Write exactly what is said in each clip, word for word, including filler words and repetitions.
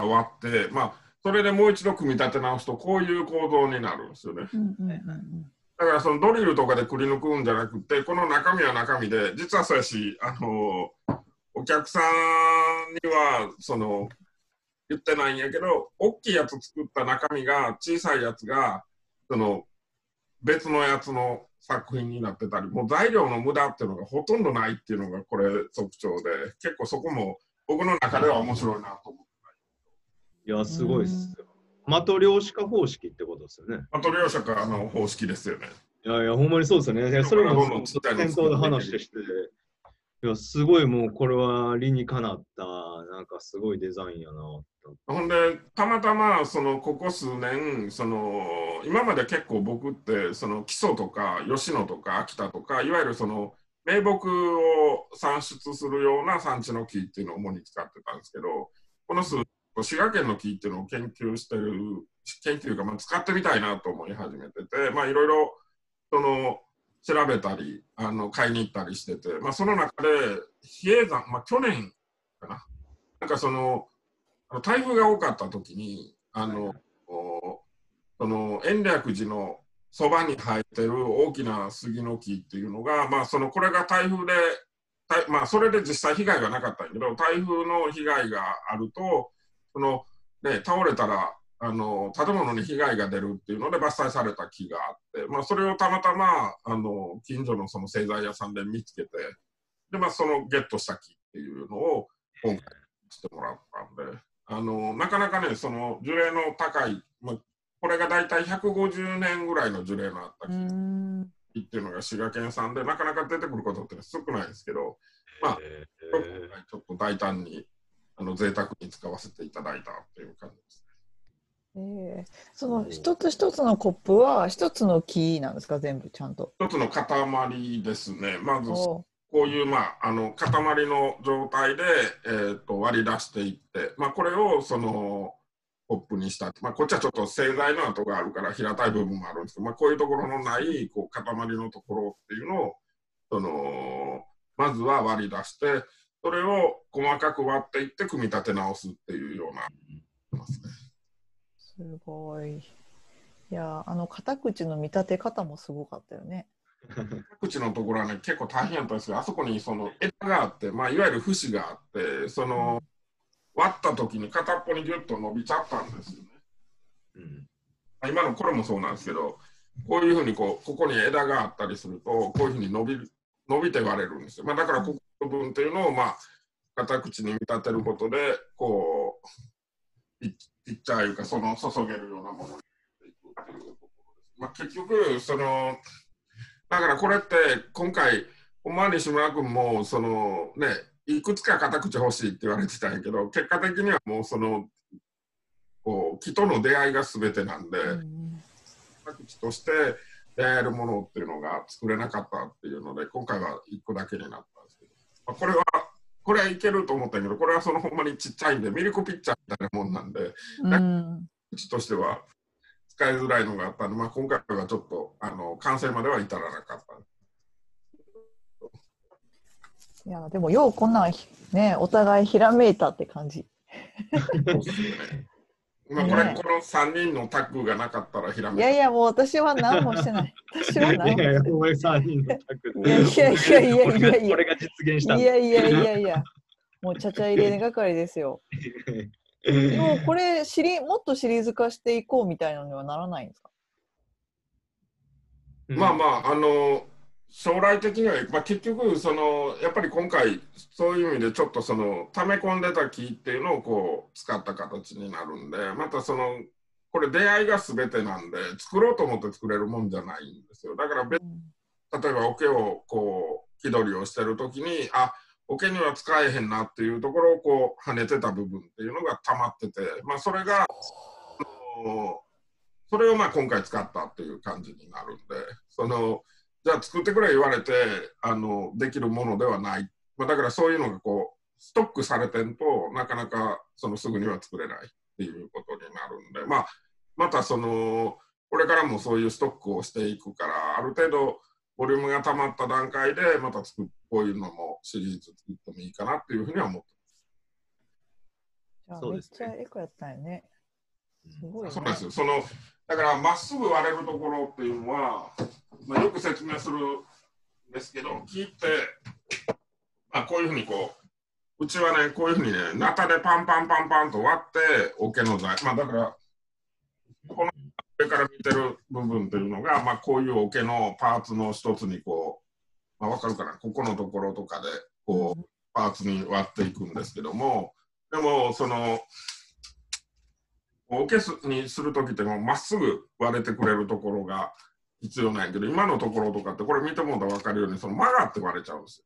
終わって、まあ、それでもう一度組み立て直すとこういう構造になるんですよね。 うんうんうん、 だからそのドリルとかでくり抜くんじゃなくて、この中身は中身で、実はそうやし、あのお客さんにはその言ってないんやけど、大きいやつ作った中身が小さいやつがその別のやつの作品になってたり、もう材料の無駄っていうのがほとんどないっていうのがこれ特徴で、結構そこも僕の中では面白いなと思って。 いや、すごいっすよ。的量子化方式ってことですよね。 的量子化の方式ですよね。 いやいや、ほんまにそうですよね。それも先頭で話して、いや、すごいもうこれは理にかなった、なんかすごいデザインやな。 ほんで、たまたまそのここ数年、その今まで結構僕ってその木曽とか吉野とか秋田とか、いわゆるその名木を産出するような産地の木っていうのを主に使ってたんですけど、この数滋賀県の木っていうのを研究してる、研究がまあ使ってみたいなと思い始めてて、まあいろいろその調べたり、あの買いに行ったりしてて、まあその中で比叡山、まあ去年かな、なんかその台風が多かった時に、あの、その延暦寺のそばに生えてる大きな杉の木っていうのが、まあそのこれが台風で、まあそれで実際被害がなかったんだけど、台風の被害があると、そのね、倒れたらあの建物に被害が出るっていうので伐採された木があって、まあ、それをたまたまあの近所のその製材屋さんで見つけて、で、まあ、そのゲットした木っていうのを今回してもらったんで、あのなかなかね、その樹齢の高い、まあ、これが大体ひゃくごじゅうねんぐらいの樹齢のあった木っていうのが滋賀県産で、なかなか出てくることって少ないんですけど、まあ、今回ちょっと大胆にあの贅沢に使わせていただいたっていう感じですね。えー、その一つ一つのコップは一つの木なんですか、全部ちゃんと。 一つの塊ですね。まずこういう、まあ、あの塊の状態で、えー、と割り出していって、まあ、これをそのコップにした、まあ、こっちはちょっと製材の跡があるから平たい部分もあるんですけど、まあ、こういうところのないこう塊のところっていうのをそのまずは割り出して、それを細かく割っていって組み立て直すっていうような、 すごい。いや、あの片口の見立て方もすごかったよね。 片口のところはね、結構大変だったんですけど、あそこにその枝があって、まあ、いわゆる節があって、その割った時に片っぽにギュッと伸びちゃったんですよね。うん、今のこれもそうなんですけど、こういうふうにこうここに枝があったりすると、こういうふうに伸びる伸びて割れるんですよ。まあ、だからここの部分っていうのを、まあ、片口に見立てることで、こう、ピッチャーいうか、その注げるようなものになっていくっていうところです。まあ、結局、その、だからこれって、今回、ほんまに西村君も、そのね、いくつか片口欲しいって言われてたんやけど、結果的にはもう、その、こう、木との出会いが全てなんで、うん、片口として出会えるものっていうのが作れなかったっていうので、今回はいっこだけになったんですけど、まあ、これは、これはいけると思ったけど、これはそのほんまにちっちゃいんで、ミルクピッチャーみたいなもんなんで、うん、うちとしては使いづらいのがあったんで、まあ、今回はちょっとあの完成までは至らなかった。 いや、でもようこんなんね、お互いひらめいたって感じ。 そうですよね。まあ、これ、ね、このさんにんのタッグがなかったらひらめいた。 いやいや、もう私は何もしてない。私は何もしてない。いやいや、お前さんにんのタッグで。いやいやいやいやいやいや。 これが実現した。 いやいやいやいや。もうちゃちゃ入れ係ですよ。でもこれシリ、もっとシリーズ化していこうみたいなのにはならないんですか？ うん、まあまあ、あの、将来的には、まあ、結局その、やっぱり今回、そういう意味でちょっとその、溜め込んでた木っていうのをこう使った形になるんで、またその、これ、出会いがすべてなんで、作ろうと思って作れるもんじゃないんですよ。だから別、うん、例えば、桶をこう、木取りをしてるときに、あ、桶には使えへんなっていうところをこう跳ねてた部分っていうのが溜まってて、まあ、それがそれをまあ今回使ったっていう感じになるんで、そのじゃあ作ってくれ言われてあのできるものではない、まあ、だからそういうのがこうストックされてんとなかなかそのすぐには作れないっていうことになるんで、まあ、またそのこれからもそういうストックをしていくからある程度ボリュームが溜まった段階でまた作こういうのもシリーズ作ってもいいかなっていうふうには思ってじゃあめっちゃエコやったんよね。すごいね。 そうなんですよ。そのだからまっすぐ割れるところっていうのは、まあ、よく説明するんですけど、木って、まあ、こういうふうにこう、うちはね、こういうふうにね、ナタでパンパンパンパンと割って、桶の材、まあだから、この上から見てる部分っていうのが、まあこういう桶のパーツの一つにこう、まあ、わかるかな、ここのところとかで、こう、パーツに割っていくんですけども、でも、その、桶にするときってもまっすぐ割れてくれるところが必要ないけど、今のところとかってこれ見てもらったら分かるようにその曲がって割れちゃうんですよ。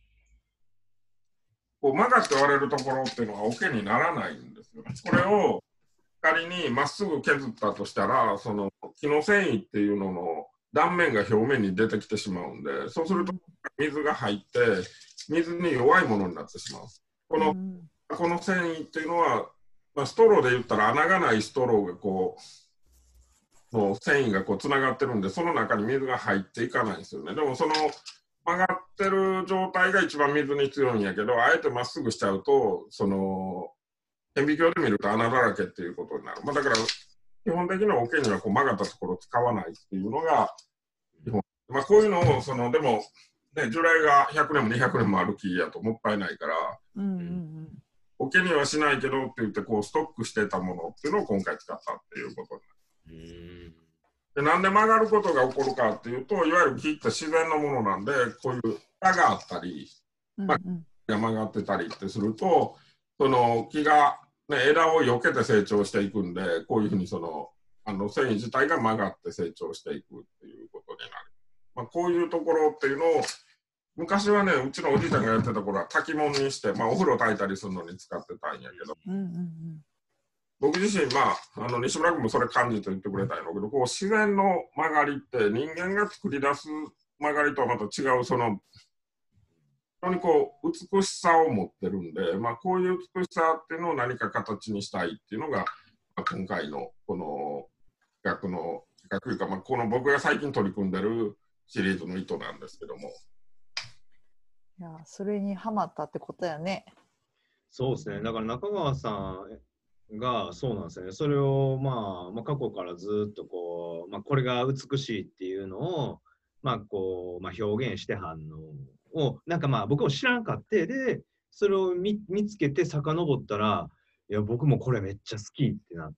こう曲がって割れるところっていうのは桶にならないんですよね。これを仮にまっすぐ削ったとしたら、その木の繊維っていうのの断面が表面に出てきてしまうんで、そうすると水が入って水に弱いものになってしまう。この、この繊維っていうのはまあ、ストローで言ったら穴がないストローがこうの繊維がこうつながってるんで、その中に水が入っていかないんですよね。でもその曲がってる状態が一番水に強いんやけど、あえてまっすぐしちゃうとその顕微鏡で見ると穴だらけっていうことになる。まあ、だから基本的な桶にはこう曲がったところを使わないっていうのが基本。まあ、こういうのをそのでも、ね、樹齢がひゃくねんもにひゃくねんもある木やともったいないから。 うんうんうん桶にはしないけどって言ってこうストックしてたものっていうのを今回使ったっていうことになる。でなんで曲がることが起こるかっていうと、いわゆる木って自然のものなんで、こういう葉があったり、まあ、が曲がってたりってすると、その木が、ね、枝を避けて成長していくんで、こういうふうにそのあの繊維自体が曲がって成長していくっていうことになる。まあ、こういうところっていうのを昔はね、うちのおじいちゃんがやってた頃は炊き物にして、まあ、お風呂炊いたりするのに使ってたんやけど、 うんうんうん、 僕自身、まあ、あの西村君もそれ感じて言ってくれたんやろうけど、こう自然の曲がりって人間が作り出す曲がりとはまた違う、その非常にこう美しさを持ってるんで、まあ、こういう美しさっていうのを何か形にしたいっていうのが、まあ、今回のこの企画の企画というか、まあ、この僕が最近取り組んでるシリーズの意図なんですけども。 いやそれにハマったってことやね。 そうですね。だから中川さんがそうなんですよね。それを、まあ、まあ過去からずっとこう、まあ、これが美しいっていうのを、まあこうまあ、表現してはんのをなんかまあ僕も知らんかってでそれを 見, 見つけて遡ったら、いや僕もこれめっちゃ好きってなって、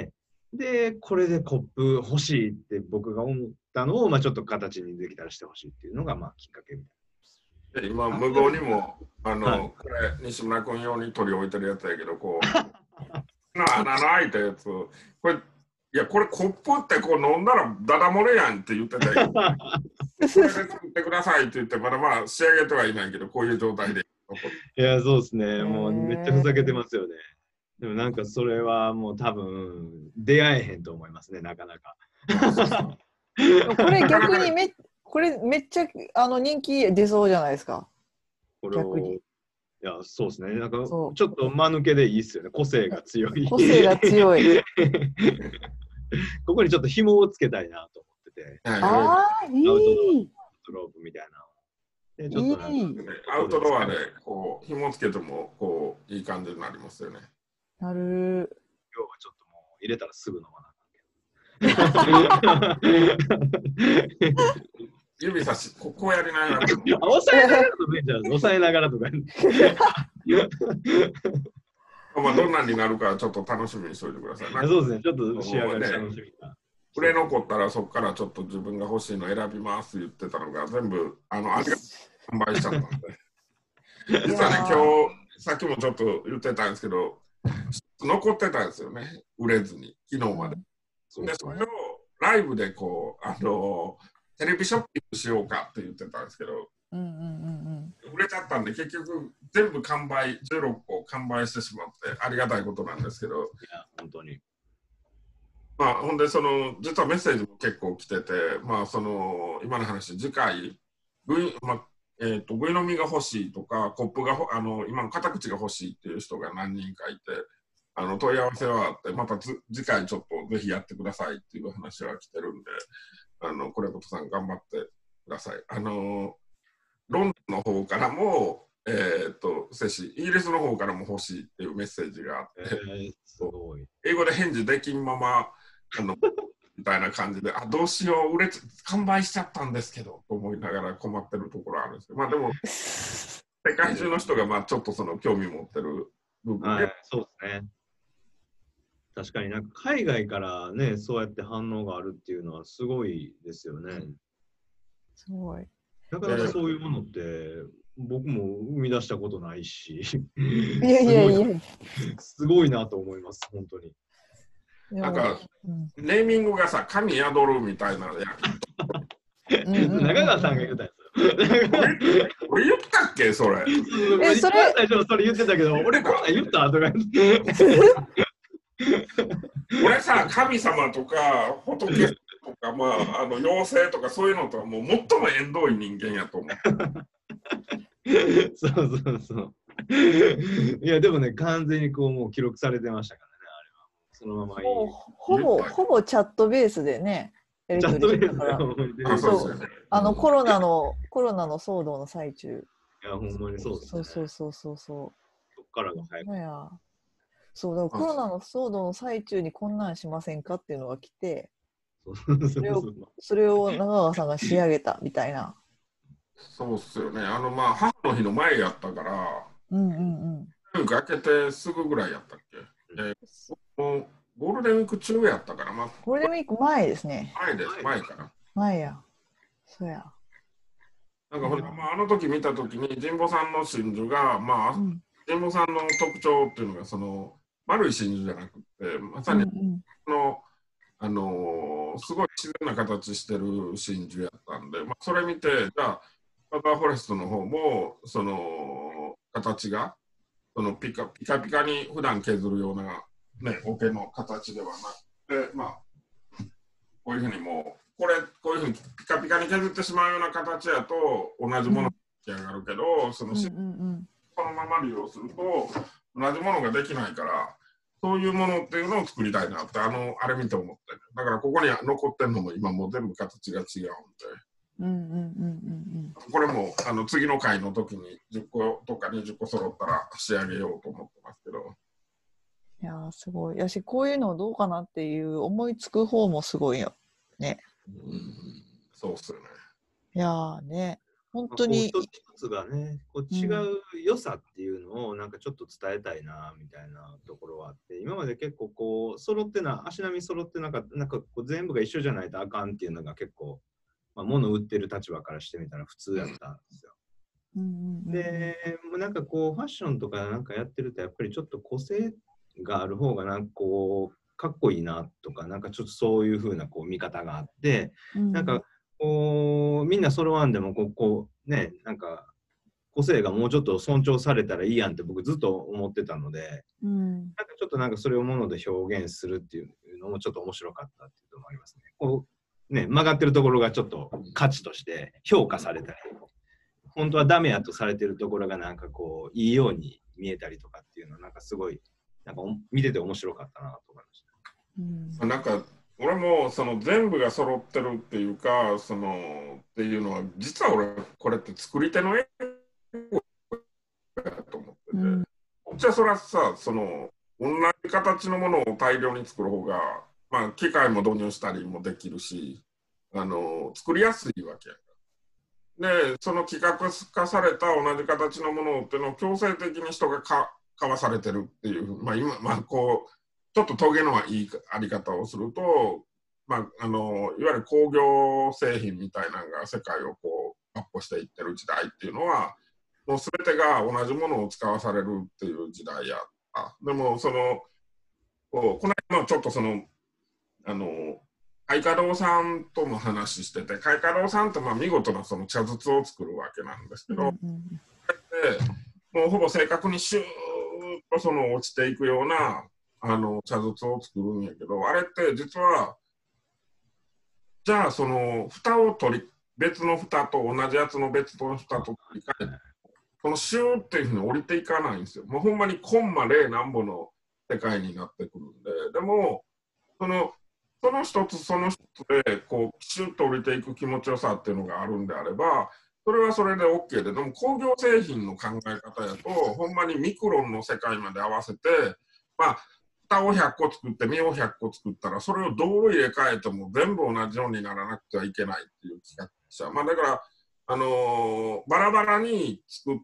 でこれでコップ欲しいって僕が思ったのを、まあ、ちょっと形にできたらしてほしいっていうのがまあきっかけみたいな。 今、無謀にも、あの、はい、これ、西村君用に取り置いてるやつやけど、こう、穴の開いたやつ、これ、いや、これ、コップってこう飲んだらダダ漏れやんって言ってたよ。これで作ってくださいって言って、まだまあ仕上げてはいないけど、こういう状態で。 いや、そうですね。もうめっちゃふざけてますよね。でもなんかそれはもう多分出会えへんと思いますね、なかなか。 これ逆にめこれめっちゃあの人気出そうじゃないですか。 これをいや、そうですね。なんかちょっと間抜けでいいっすよね。個性が強い。 個性が強い。 ここにちょっと紐をつけたいなと思ってて。 ああ、いい。 アウトロープみたいな。 でちょっとなんか、ね、アウトドアでこう紐つけてもこういい感じになりますよね。 なる。 今日はちょっともう入れたらすぐ飲まな指差し、ここやりながら。 押さえながらとかじゃん。押さえながらとか。 まあどんなになるかちょっと楽しみにしておいてください。 そうですね。ちょっと仕上がり楽しみな。 売れ残ったらそこからちょっと自分が欲しいの選びます言ってたのが全部あの味が販売しちゃったんで。実はね、今日さっきもちょっと言ってたんですけど、残ってたんですよね。売れずに昨日まで。でそれをライブでこうあのテレビショッピングしようかって言ってたんですけど、 うんうんうんうん、 売れちゃったんで結局全部完売じゅうろっこ完売してしまってありがたいことなんですけど、いや本当にまあほんでその実はメッセージも結構来てて、まあその今の話次回ぐい、まあえー、とぐいのみが欲しいとかコップがあの今の片口が欲しいっていう人が何人かいて。あの問い合わせはあって、また次回ちょっとぜひやってくださいっていう話は来てるんで、あのこれことさん頑張ってください。あのロンドンの方からもえー、っと接し、イギリスの方からも欲しいっていうメッセージがあって、 えー、すごい。 英語で返事できんまま、あのみたいな感じで、あ、どうしよう、売れ完売しちゃったんですけど、と思いながら困ってるところあるんですけど、まあでも、世界中の人がまあちょっとその興味持ってる部分で、 はい、そうですね。確かになんか海外からね、そうやって反応があるっていうのはすごいですよね。 すごい。 なかなかそういうものって僕も生み出したことないし、 いやいやいや。 すごいなと思います、本当に。 なんか、 うん、 ネーミングがさ、神宿るみたいなや中川さんが言ったやつ。 俺言ったっけそれ。 え、それ最初それ言ってたけど、俺こんなん言ったとか言って。 俺さ、神様とか仏とか、まあ、あの妖精とかそういうのとはもう最も縁遠い人間やと思う。そうそうそう。いや、でもね、完全にこうもう記録されてましたからね、あれは。そのままいい。 ほぼ、ほぼチャットベースでね、やり取りしてたから。あ、そう。あのコロナの、コロナの騒動の最中。 いや、ほんまにそうですね。 そうそうそうそう。 そっからが早く。 やそうだ、コロナの騒動の最中にこんなんしませんかっていうのが来て、それを、それを中川さんが仕上げたみたいな。 そうっすよね。あの、まあ、母の日の前やったから、 うんうんうん。開けてすぐぐらいやったっけ、えー、もうゴールデンウィーク中やったから、まあ、 ゴールデンウィーク前ですね。 前です、前かな。 前や。そうや。 なんかほんまあ、あの時見た時に神保さんの真珠が、まあ、うん、神保さんの特徴っていうのがその丸い真珠じゃなくてまさにの、うんうん、あのー、すごい自然な形してる真珠やったんで、まあ、それ見てじゃあパパーフォレストの方もその形がそのピカピカピカに普段削るようなね桶の形ではなくて、まあこういうふうにもうこれこういうふうにピカピカに削ってしまうような形やと同じものが出来上がるけど、うん、その、うんうんうん、このまま利用すると同じものができないからそういうものっていうのを作りたいなってあのあれ見て思ってる。だからここに残ってるのも今もう全部形が違うんで、 うんうんうんうん、 これもあの次の回の時にじゅっことかにじゅっこ揃ったら仕上げようと思ってますけど。 いやーすごい。やしこういうのどうかなっていう思いつく方もすごいよね。 うん、そうっすよね。 いやーね、本当に。 一つ一つがね、こう違う良さっていうのをなんかちょっと伝えたいなみたいなところはあって、今まで結構こう揃ってな、足並み揃ってなかった、なんかこう全部が一緒じゃないとあかんっていうのが結構、まあ、物売ってる立場からしてみたら普通やったんですよ。うんうんうん、で、なんかこうファッションとかなんかやってるとやっぱりちょっと個性がある方がなんかこうかっこいいなとか、なんかちょっとそういう風なこう見方があって、うん、なんかこうみんな揃わんでもここね、なんか個性がもうちょっと尊重されたらいいやんって僕ずっと思ってたので、うん、なんかちょっとなんかそれをもので表現するっていうのもちょっと面白かったっていうのもありますね。こうね、曲がってるところがちょっと価値として評価されたり、本当はダメやとされてるところがなんかこういいように見えたりとかっていうのはなんかすごいなんか見てて面白かったなと思いました。 うん、なんか俺もその全部が揃ってるっていうかそのっていうのは実は俺これって作り手の絵だと思ってて、うん、こっちはそれはさその同じ形のものを大量に作る方が、まあ、機械も導入したりもできるしあの作りやすいわけや。でその企画化された同じ形のものっていうのを強制的に人がか買わされてるっていう、まあ今、まあこう、ちょっとトゲのいいあり方をすると、まあ、あの、いわゆる工業製品みたいなのが世界をこう、アップしていってる時代っていうのは、もうすべてが同じものを使わされるっていう時代やった。でも、その、こうこの間もちょっとその、あの、海華堂さんとも話してて、海華堂さんってまあ見事なその茶筒を作るわけなんですけど、うんうん、でもうほぼ正確にシューとその落ちていくようなあの茶筒を作るんやけど、あれって実はじゃあその蓋を取り別の蓋と同じやつの別の蓋と取り替えてこのシューっていうふうに降りていかないんですよ。もうほんまにコンマ零何歩の世界になってくるんで、でもそのその一つその一つでこうシュッと降りていく気持ちよさっていうのがあるんであれば、 それはそれで OK で、でも工業製品の考え方やと、ほんまにミクロンの世界まで合わせて、まあ、蓋をひゃっこ作って、身をひゃっこ作ったら、それをどう入れ替えても全部同じようにならなくてはいけないっていう企画者。まあ、だから、あのー、バラバラに作って、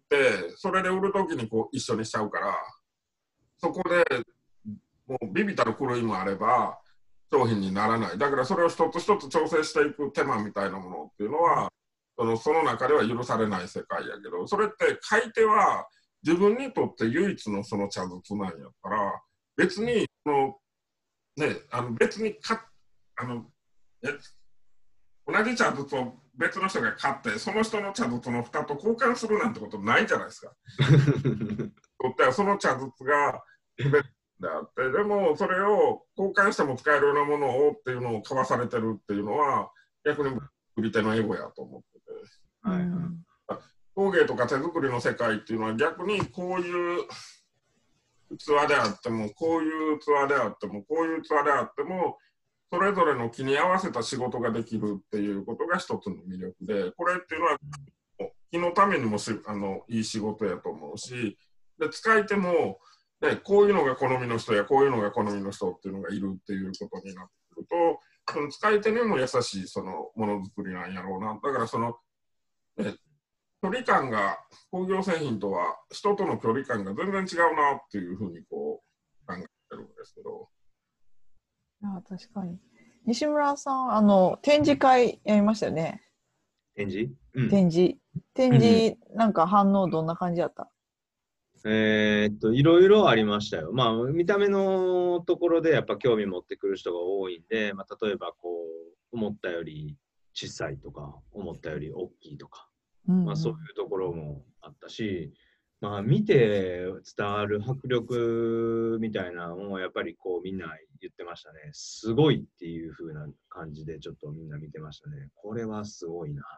それで売るときにこう一緒にしちゃうから、そこでもうビビたる狂いもあれば、商品にならない。だからそれを一つ一つ調整していく手間みたいなものっていうのは、そのその中では許されない世界やけど、それって買い手は自分にとって唯一のその茶筒なんやったら、別にその、ね、あの別にかあのえ同じ茶筒を別の人が買って、その人の茶筒の蓋と交換するなんてことないじゃないですか。とってはその茶筒が別であって、でもそれを交換しても使えるようなものをっていうのを買わされてるっていうのは、逆に売り手のエゴやと思ってて。はいはい、工芸とか手作りの世界っていうのは逆にこういう器であっても、こういう器であっても、こういう器であっても、それぞれの気に合わせた仕事ができるっていうことが一つの魅力で、これっていうのは気のためにもしあのいい仕事やと思うし、で使い手も、ね、こういうのが好みの人やこういうのが好みの人っていうのがいるっていうことになってくると、その使い手にも優しいそのものづくりなんやろうな。だからその、ね、距離感が工業製品とは人との距離感が全然違うなっていうふうにこう考えてるんですけど。 ああ、確かに。西村さん、あの展示会やりましたよね。 展示、うん、 展示展示、うん、なんか反応どんな感じだった？ えー、っといろいろありましたよ。まあ見た目のところでやっぱ興味持ってくる人が多いんで、まあ、例えばこう思ったより小さいとか思ったより大きいとか、うんうん、まあ、そういうところもあったし、まあ、見て伝わる迫力みたいなのをやっぱりこうみんな言ってましたね。すごいっていう風な感じでちょっとみんな見てましたね。これはすごいな。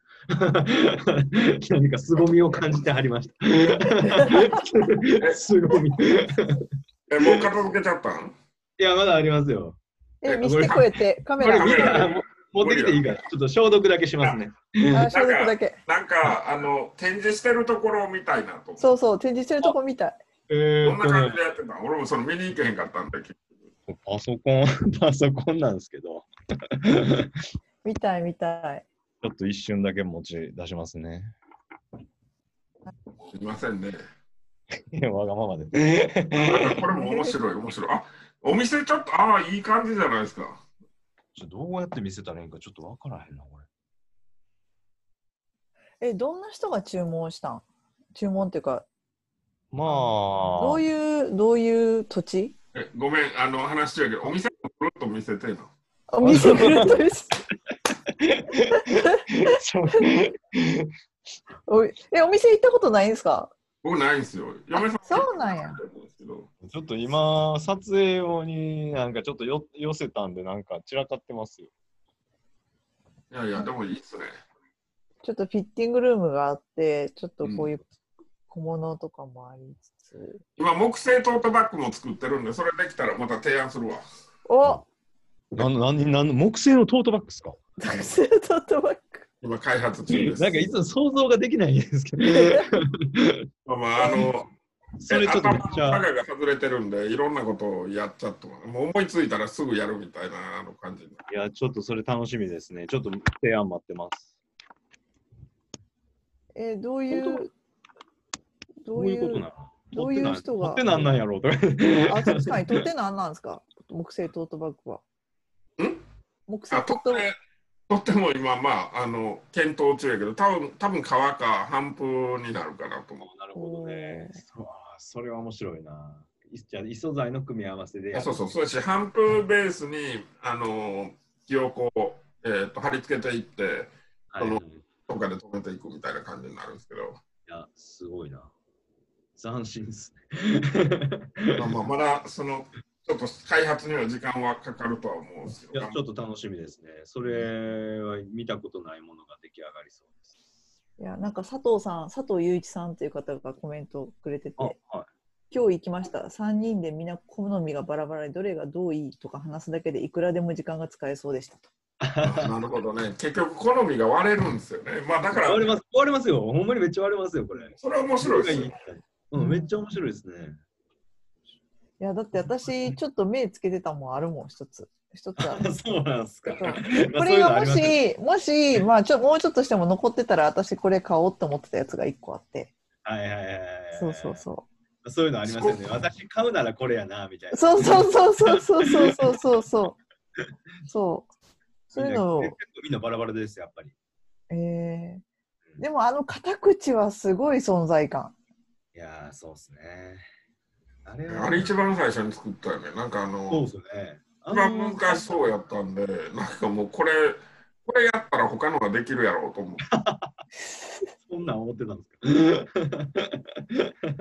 何か凄みを感じてはりました。凄み。 え、もう片付けちゃったん？ いや、まだありますよ。 え、見せてくれて、カメラ。 カメラ持ってきていいから、ちょっと消毒だけしますね。 あ、消毒だけ。 なんか、あの、展示してるところみたいなと。 そうそう、展示してるところみたい。 えー、どんな感じでやってた？俺もその見に行けへんかったんだけど。 パソコン、パソコンなんですけど。 見たい見たい。 ちょっと一瞬だけ持ち出しますね。 すみませんね。 わがままで。 これも面白い、面白い。あ、お店ちょっと、ああ、いい感じじゃないですか。 ちょどうやって見せたらいいかちょっとわからへんな、これ。え、どんな人が注文したん？注文っていうか、 まあ、 どういう、どういう土地？ え、ごめん、あの、話違うけど、お店をくるっと見せての。 お店くるっと見せて。おえ、お店行ったことないんですか？ 僕ないんですよ。嫁さんそうなんや。 ちょっと今、撮影用になんかちょっとよ寄せたんで、なんか散らかってますよ。 いやいや、でもいいっすね。 ちょっとフィッティングルームがあって、ちょっとこういう小物とかもありつつ。うん、 今、木製トートバッグも作ってるんで、それできたらまた提案するわ。 おなんなんなん木製のトートバッグですか？ 木製トートバッグ。 今開発中です。 なんかいつも想像ができないんですけど。 まあまあ、あの、 それちょっとめっちゃ。 頭の中が外れてるんで、いろんなことをやっちゃって、もう思いついたらすぐやるみたいなあの感じ。いや、ちょっとそれ楽しみですね。ちょっと提案待ってます。 えー、どういう、 どういうことなの？ どういう人が。 取ってなんなんやろうとか。 あ、確かに取ってなんなんですか？木製トートバッグは。 ん？ 木製トートバッグ。 とっても今、まあ、あの検討中やけど、多分多分革か帆布になるかなと思う。 なるほどね。そ, それは面白いな。じゃあ、異素材の組み合わせでやる。 そうそう、そうだし、帆布ベースにあの木をこう、えー、と貼り付けていって、そのとかで止めていくみたいな感じになるんですけど。いや、すごいな。斬新ですね。まあまあ、まだそのちょっと開発には時間はかかるとは思うんですけど。 いや、ちょっと楽しみですね。それは見たことないものが出来上がりそうです。 いや、なんか佐藤さん、佐藤雄一さんという方がコメントくれてて、 はい、 今日行きました。さんにんでみんな好みがバラバラでどれがどういいとか話すだけでいくらでも時間が使えそうでしたと。 なるほどね。結局好みが割れるんですよね。まあだから。 割れます、割れますよ。ほんまにめっちゃ割れますよ、これ。 それは面白いですよ。 うん、めっちゃ面白いですね。 いや、だって私、ちょっと目つけてたもんあるもん、一つ。一つある。 そうなんですか。 これがもし、もし、まあちょ、もうちょっとしても残ってたら、私これ買おうって思ってたやつが一個あって。 はいはいはい。 そうそうそう。 そういうのありますよね。私買うならこれやな、みたいな。 そうそうそうそうそうそうそうそうそう。そう。そういうのを。 結構みんなバラバラですよ、やっぱり。 えー、でもあの片口はすごい存在感。 いやー、そうっすね。 あれあれ一番最初に作ったよね。なんかあの、 そうっすね。 一番昔そうやったんで、なんかもうこれ、これやったら他のができるやろうと思って。 そんなん思ってたんですか。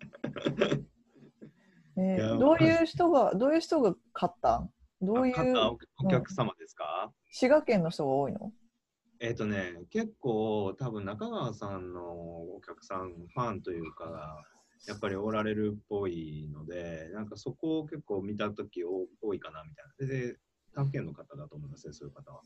えー、どういう人が、どういう人が買ったん？どういうお客様ですか？ うん、滋賀県の人が多いの？ えっとね、結構多分中川さんのお客さん、ファンというか、やっぱりおられるっぽいので、なんかそこを結構見たとき多いかなみたいな。で、他県の方だと思いますね、そういう方は。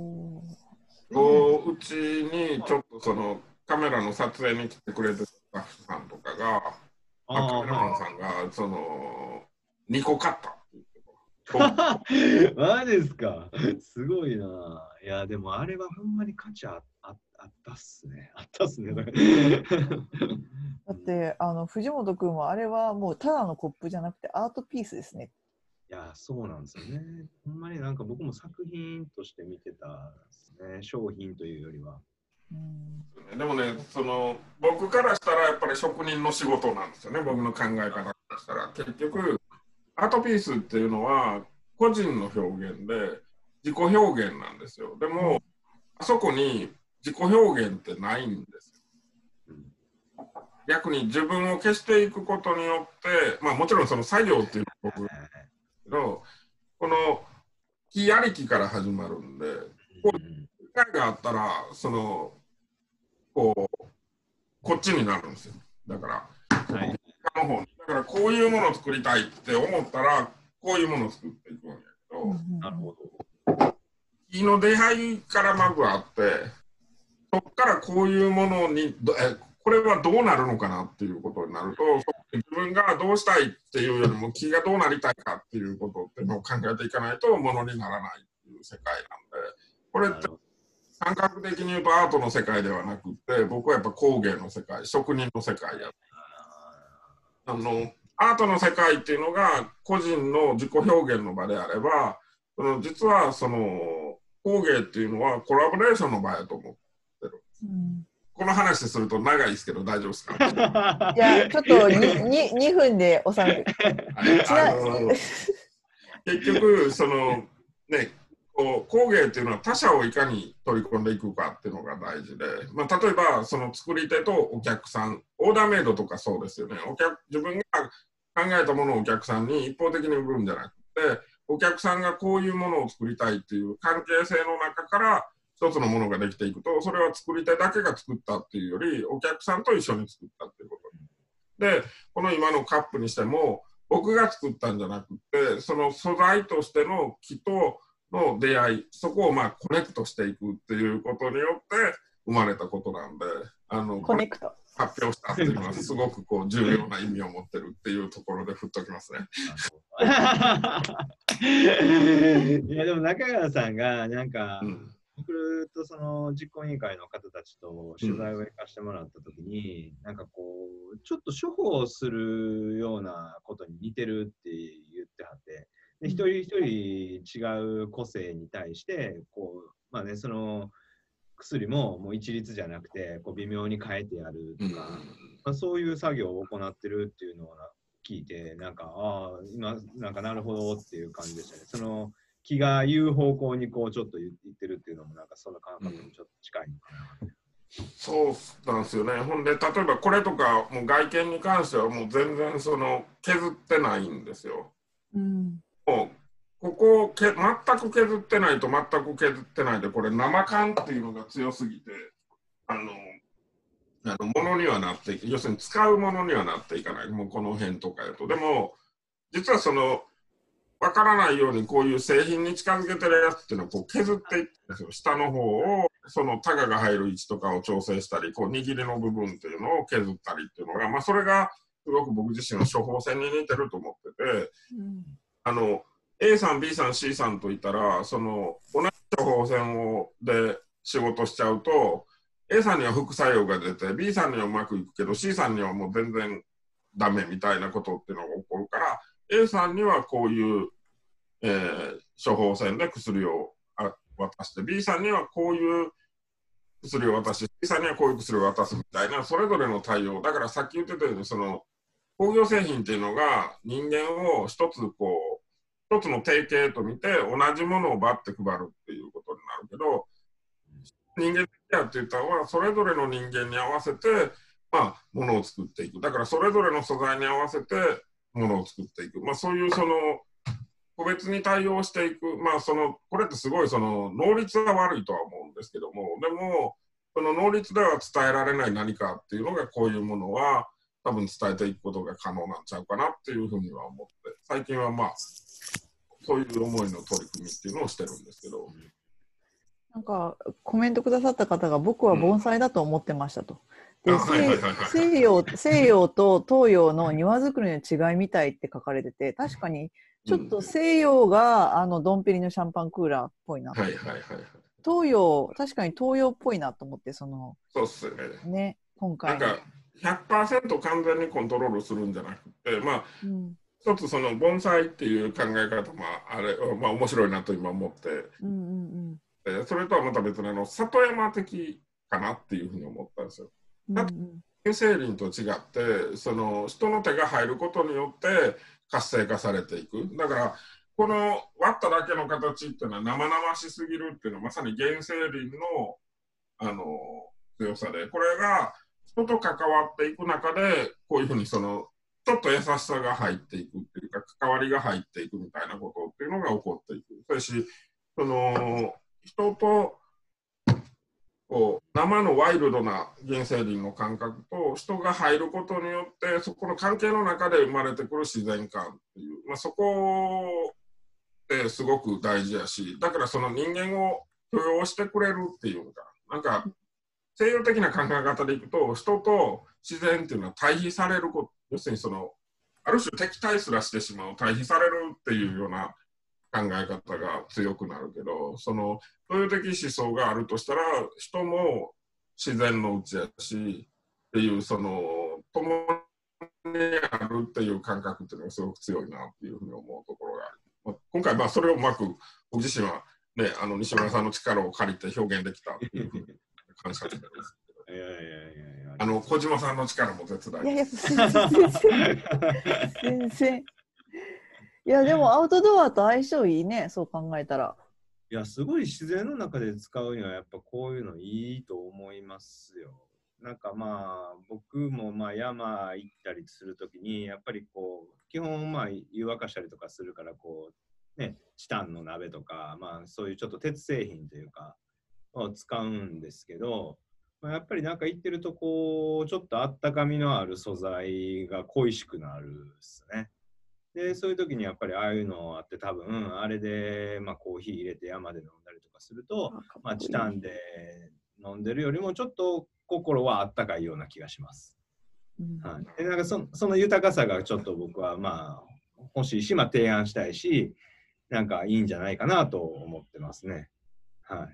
おうちにちょっとそのカメラの撮影に来てくれてるスタッフさんとかが、あカメラマンさんがそのにこ買った。 マジですか。すごいな。いや、でもあれはほんまに価値あああったっすね。あったっすね。 だってあの藤本君はあれはもうただのコップじゃなくてアートピースですね。 いや、そうなんですよね。ほんまになんか僕も作品として見てたですね。商品というよりは。 うん、でもね、その僕からしたらやっぱり職人の仕事なんですよね。僕の考え方からしたら。結局アートピースっていうのは個人の表現で自己表現なんですよ。でも、うん、あそこに自己表現ってないんですよ。うん、逆に自分を消していくことによって、まあもちろんその作業っていうのは僕けど、この木ありきから始まるんで、こう機会があったらそのこうこっちになるんですよ。だから、はい、の方にだからこういうものを作りたいって思ったらこういうものを作っていくわけだけど、 なるほど。 木の出会いからまずあって、そこからこういうものにえこれはどうなるのかなっていうことになると、自分がどうしたいっていうよりも木がどうなりたいかっていうことっていうのを考えていかないとものにならないっていう世界なんで、これって感覚的に言うとアートの世界ではなくて、僕はやっぱ工芸の世界、職人の世界やあのアートの世界っていうのが個人の自己表現の場であれば、その実はその工芸っていうのはコラボレーションの場やと思ってる。うん、この話すると長いですけど大丈夫ですか？ いや、ちょっと に, にふんで収めて。 結局、そのね、こう工芸っていうのは他者をいかに取り込んでいくかっていうのが大事で、まあ、例えばその作り手とお客さん、オーダーメイドとかそうですよね。お客自分が考えたものをお客さんに一方的に売るんじゃなくて、お客さんがこういうものを作りたいっていう関係性の中から一つのものができていくと、それは作り手だけが作ったっていうよりお客さんと一緒に作ったっていうことで、この今のカップにしても僕が作ったんじゃなくて、その素材としての木との出会い、そこをまあコネクトしていくっていうことによって生まれたことなんで、あのコネクト発表したっていうのはすごくこう重要な意味を持ってるっていうところで振っときますね。 いやでも中川さんがなんか、うん、僕とその実行委員会の方たちと取材を行かせてもらったときに、うん、なんかこうちょっと処方するようなことに似てるって言ってはって、で一人一人違う個性に対してこうまあねその薬ももう一律じゃなくてこう微妙に変えてやるとか、うんまあ、そういう作業を行ってるっていうのを聞いてなんかああ今なんかなるほどっていう感じでしたね。その気が言う方向にこうちょっと言ってるっていうのもなんかその感覚にちょっと近いのかな、 うん、そうなんですよね。ほんで例えばこれとかもう外見に関してはもう全然その削ってないんですよ。うん、もうここをけ全く削ってないと全く削ってないで、これ生感っていうのが強すぎてあのあのものにはなって要するに使うものにはなっていかない。もうこの辺とかやと。でも実はその分からないようにこういう製品に近づけてるやつっていうのをこう削っていってんですよ。下の方をそのタガが入る位置とかを調整したり、こう握りの部分っていうのを削ったりっていうのが、まあ、それがすごく僕自身の処方箋に似てると思ってて、うん、あの A さん B さん C さんといったらその同じ処方箋をで仕事しちゃうと A さんには副作用が出て B さんにはうまくいくけど C さんにはもう全然ダメみたいなことっていうのが起こるから、 A さんにはこういう、えー、処方箋で薬を渡して B さんにはこういう薬を渡し C さんにはこういう薬を渡すみたいなそれぞれの対応だから、さっき言ってたようにその工業製品っていうのが人間を一つこう一つの定型と見て同じものをバッて配るっていうことになるけど、人間的やって言ったのはそれぞれの人間に合わせてまあものを作っていく。だからそれぞれの素材に合わせてものを作っていく。まあそういうその個別に対応していく。まあそのこれってすごいその能率は悪いとは思うんですけども、でもその能率では伝えられない何かっていうのがこういうものは多分伝えていくことが可能なんちゃうかなっていうふうには思って、最近はまあそういう思いの取り組みっていうのをしてるんですけど。 なんかコメントくださった方が僕は盆栽だと思ってましたと。で、西洋、西洋と東洋の庭作りの違いみたいって書かれてて、確かにちょっと西洋があのドンペリのシャンパンクーラーっぽいな。はいはいはいはい。東洋、確かに東洋っぽいなと思って、その、 そうっすよね。 ね、今回。 なんかひゃくパーセント 完全にコントロールするんじゃなくて、まあ、うん、一つその盆栽っていう考え方もあれ、まあ面白いなと今思って、うんうんうん、それとはまた別にあの里山的かなっていうふうに思ったんですよ。原生林と違ってその人の手が入ることによって活性化されていく。だからこの割っただけの形っていうのは生々しすぎるっていうのはまさに原生林の、あの強さで、これが人と関わっていく中でこういうふうにそのちょっと優しさが入っていくっていうか関わりが入っていくみたいなことっていうのが起こっていく。それしその人とこう生のワイルドな原生林の感覚と人が入ることによってそこの関係の中で生まれてくる自然観っていう、まあ、そこってすごく大事やし、だからその人間を許容してくれるっていうか、なんか西洋的な考え方でいくと人と自然っていうのは対比されること、要するにそのある種敵対すらしてしまう、対比されるっていうような考え方が強くなるけど、そのそういう的思想があるとしたら人も自然のうちやしっていうその共にあるっていう感覚っていうのがすごく強いなっていうふうに思うところがある。まあ、今回まあそれをうまく僕自身はね、あの西村さんの力を借りて表現できたっていうふうに感謝してますけど。いやいやいやいや、あの小島さんの力も手伝い。いやいや全然。いやでもアウトドアと相性いいね、そう考えたら。 いやすごい自然の中で使うにはやっぱこういうのいいと思いますよ。なんかまあ僕もまあ山行ったりするときにやっぱりこう基本まあ湯沸かしたりとかするからこうねチタンの鍋とかまあそういうちょっと鉄製品というかを使うんですけど、まあ、やっぱりなんか行ってるとこうちょっとあったかみのある素材が恋しくなるっすね。でそういう時にやっぱりああいうのあって多分あれで、まあ、コーヒー入れて山で飲んだりとかするとまあ、チタンで飲んでるよりもちょっと心はあったかいような気がします。うんはい、でなんか そ, その豊かさがちょっと僕はまあ欲しいし、まあ、提案したいしなんかいいんじゃないかなと思ってますね。はい、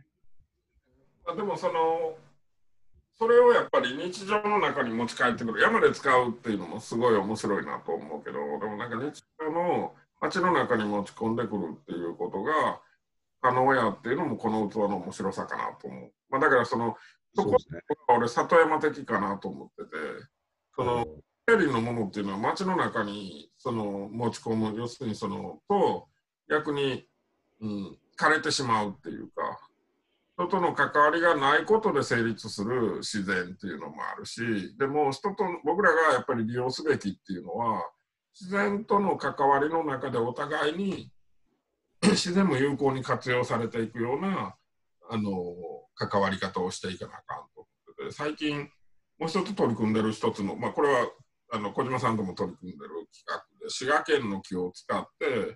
でもそのそれをやっぱり日常の中に持ち帰ってくる、山で使うっていうのもすごい面白いなと思うけど、でもなんか日常の街の中に持ち込んでくるっていうことが可能やっていうのもこの器の面白さかなと思う。まあ、だからそのそこが俺里山的かなと思ってて、そのフェリーのものっていうのは街の中にその持ち込む、要するにそのと逆に、うん、枯れてしまうっていうか。人との関わりがないことで成立する自然っていうのもあるし、でも人と僕らがやっぱり利用すべきっていうのは自然との関わりの中でお互いに自然も有効に活用されていくようなあの関わり方をしていかなあかんと思ってて、最近もう一つ取り組んでる一つの、まあ、これはあの小島さんとも取り組んでる企画で滋賀県の木を使って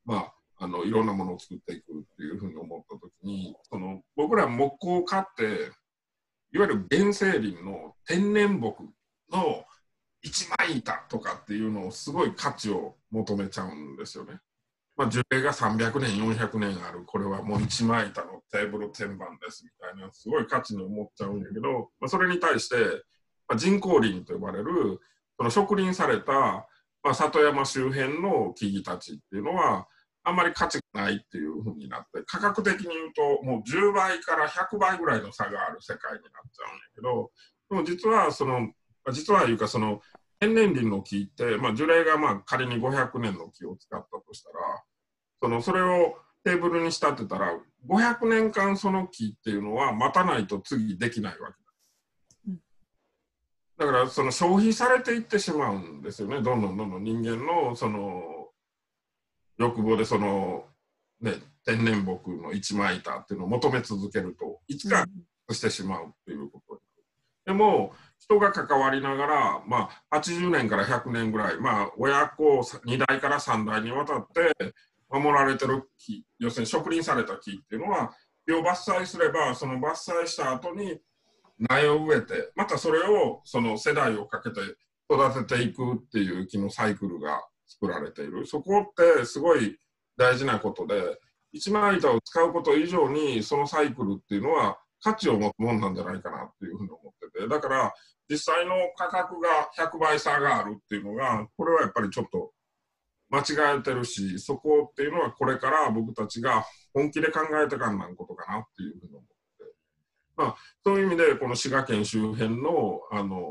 まあ、あのいろんなものを作っていくっていうふうに思った時に、その僕ら木工家っていわゆる原生林の天然木の一枚板とかっていうのをすごい価値を求めちゃうんですよね。まあ、樹齢がさんびゃくねんよんひゃくねんある、これはもう一枚板のテーブル天板ですみたいなすごい価値に思っちゃうんだけど、まあ、それに対して、まあ、人工林と呼ばれるその植林された、まあ、里山周辺の木々たちっていうのはあんまり価値がないっていうふうになって、価格的に言うともうじゅうばいからひゃくばいぐらいの差がある世界になっちゃうんだけど、でも実はその実はいうかその天然林の木って、まあ、樹齢がまあ仮にごひゃくねんの木を使ったとしたら、そのそれをテーブルに仕立てたらごひゃくねんかんその木っていうのは待たないと次できないわけだ。だからその消費されていってしまうんですよね。どんどんどんどん人間のその欲望でその、ね、天然木の一枚板っていうのを求め続けるといつかしてしまうっていうことになる。でも人が関わりながら、まあ、はちじゅうねんからひゃくねんぐらい、まあ、親子にだいからさんだいにわたって守られてる木、要するに植林された木っていうのは木を伐採すればその伐採した後に苗を植えてまたそれをその世代をかけて育てていくっていう木のサイクルが作られている。そこってすごい大事なことで、一枚板を使うこと以上にそのサイクルっていうのは価値を持つもんなんじゃないかなっていうふうに思ってて、だから実際の価格がひゃくばい差があるっていうのがこれはやっぱりちょっと間違えてるし、そこっていうのはこれから僕たちが本気で考えてかんなんことかなっていうふうに思って、まあ、そういう意味でこの滋賀県周辺の、あの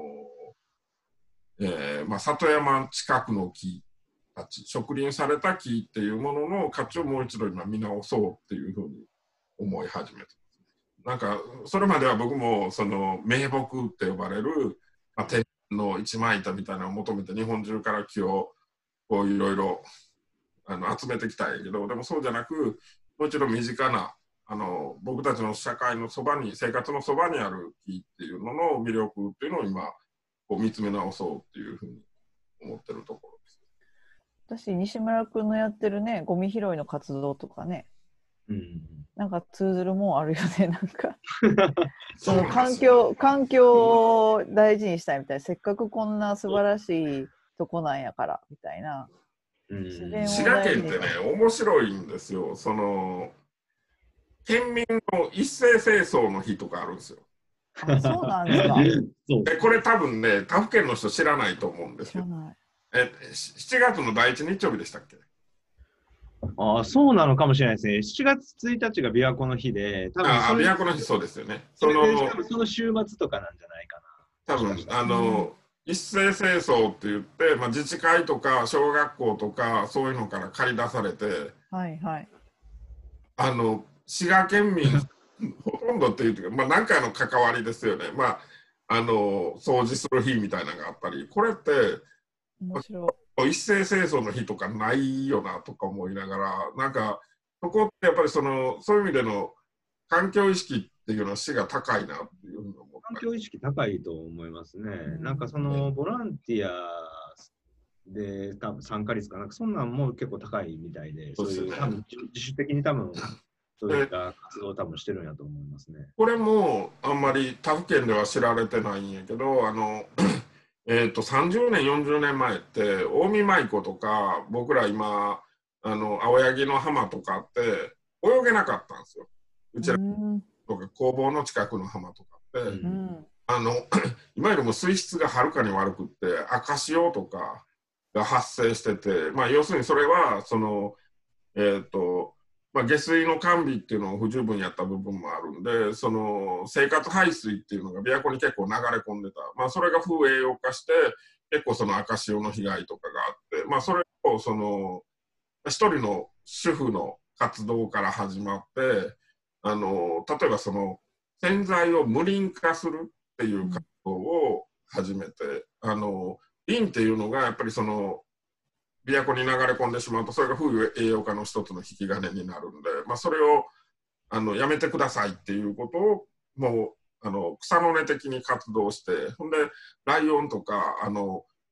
えーまあ、里山近くの木たち、植林された木っていうものの価値をもう一度今見直そうっていうふうに思い始めてます。なんかそれまでは僕もその名木って呼ばれる、まあ、天の一枚板みたいなのを求めて日本中から木をこういろいろあの集めてきたんやけど、でもそうじゃなくもう一度身近なあの僕たちの社会のそばに生活のそばにある木っていうのの魅力っていうのを今こう見つめ直そうっていうふうに思ってるところです。 私西村君のやってるねゴミ拾いの活動とかね、うん、なんか通ずるもんあるよね。なんかその環境環境を大事にしたいみたいな、せっかくこんな素晴らしいとこなんやからみたいな。 うん、滋賀県ってね面白いんですよ。その県民の一斉清掃の日とかあるんですよ。 あ、そうなんですか。 でこれ多分ね他府県の人知らないと思うんですよ。えしちがつのだいいち日曜日でしたっけ？ ああ、そうなのかもしれないですね。しちがつついたちが琵琶湖の日で、 多分ああ琵琶湖の日そうですよね。 そのその週末とかなんじゃないかな。多分あの、うん、一斉清掃って言って、まあ、自治会とか小学校とかそういうのから借り出されて、 はいはい、 あの滋賀県民ほとんどっていうか、まあ、何回の関わりですよね。まああの掃除する日みたいなのがあったり、これって面白い一斉清掃の日とかないよなとか思いながら、なんかそこってやっぱりそのそういう意味での環境意識っていうのは市が高いなっていうふうに思って。 環境意識高いと思いますね。うん、なんかそのボランティアで多分参加率かなんかそんなんも結構高いみたいで、そういう、多分自主的に多分そういった活動を多分してるんやと思いますね。 これもあんまり他府県では知られてないんやけど、あのえーとさんじゅうねんよんじゅうねんまえって近江舞子とか僕ら今あの青柳の浜とかって泳げなかったんですよ。うちらとか工房の近くの浜とかって、うん、あの今よりも水質がはるかに悪くって赤潮とかが発生してて、まあ、要するにそれはその、えーとまあ、下水の完備っていうのを不十分やった部分もあるんで、その生活排水っていうのが琵琶湖に結構流れ込んでた、まあ、それが風栄養化して結構その赤潮の被害とかがあって、まあ、それをその一人の主婦の活動から始まって、あの例えばその洗剤を無リン化するっていう活動を始めて、あのリンっていうのがやっぱりその琵琶湖に流れ込んでしまうとそれが風栄養化の一つの引き金になるんで、まあ、それをあのやめてくださいっていうことをもうあの草の根的に活動して、ほんでライオンとかあの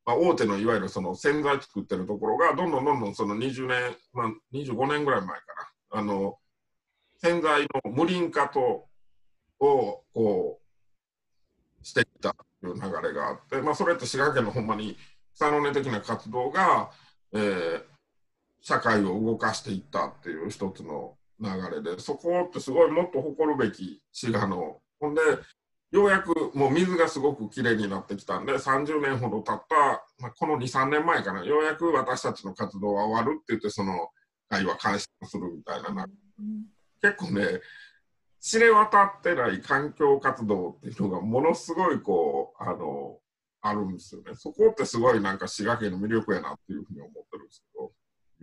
まあ、大手のいわゆるその洗剤作ってるところがどんどんどんどんそのにじゅうねん、まあ、にじゅうごねんぐらい前かな、あの洗剤の無輪化とをこうしていったという流れがあって、まあ、それって滋賀県のほんまに草の根的な活動が、えー、社会を動かしていったっていう一つの流れで、そこってすごいもっと誇るべき滋賀の、ほんでようやくもう水がすごくきれいになってきたんで、さんじゅうねんほど経った、まあ、このに、さんねんまえかな、ようやく私たちの活動は終わるって言って、その会は開始するみたいなな、うん、結構ね、知れ渡ってない環境活動っていうのがものすごいこう、あの、あるんですよね。そこってすごいなんか滋賀県の魅力やなっていうふうに思ってるんですけど。うん、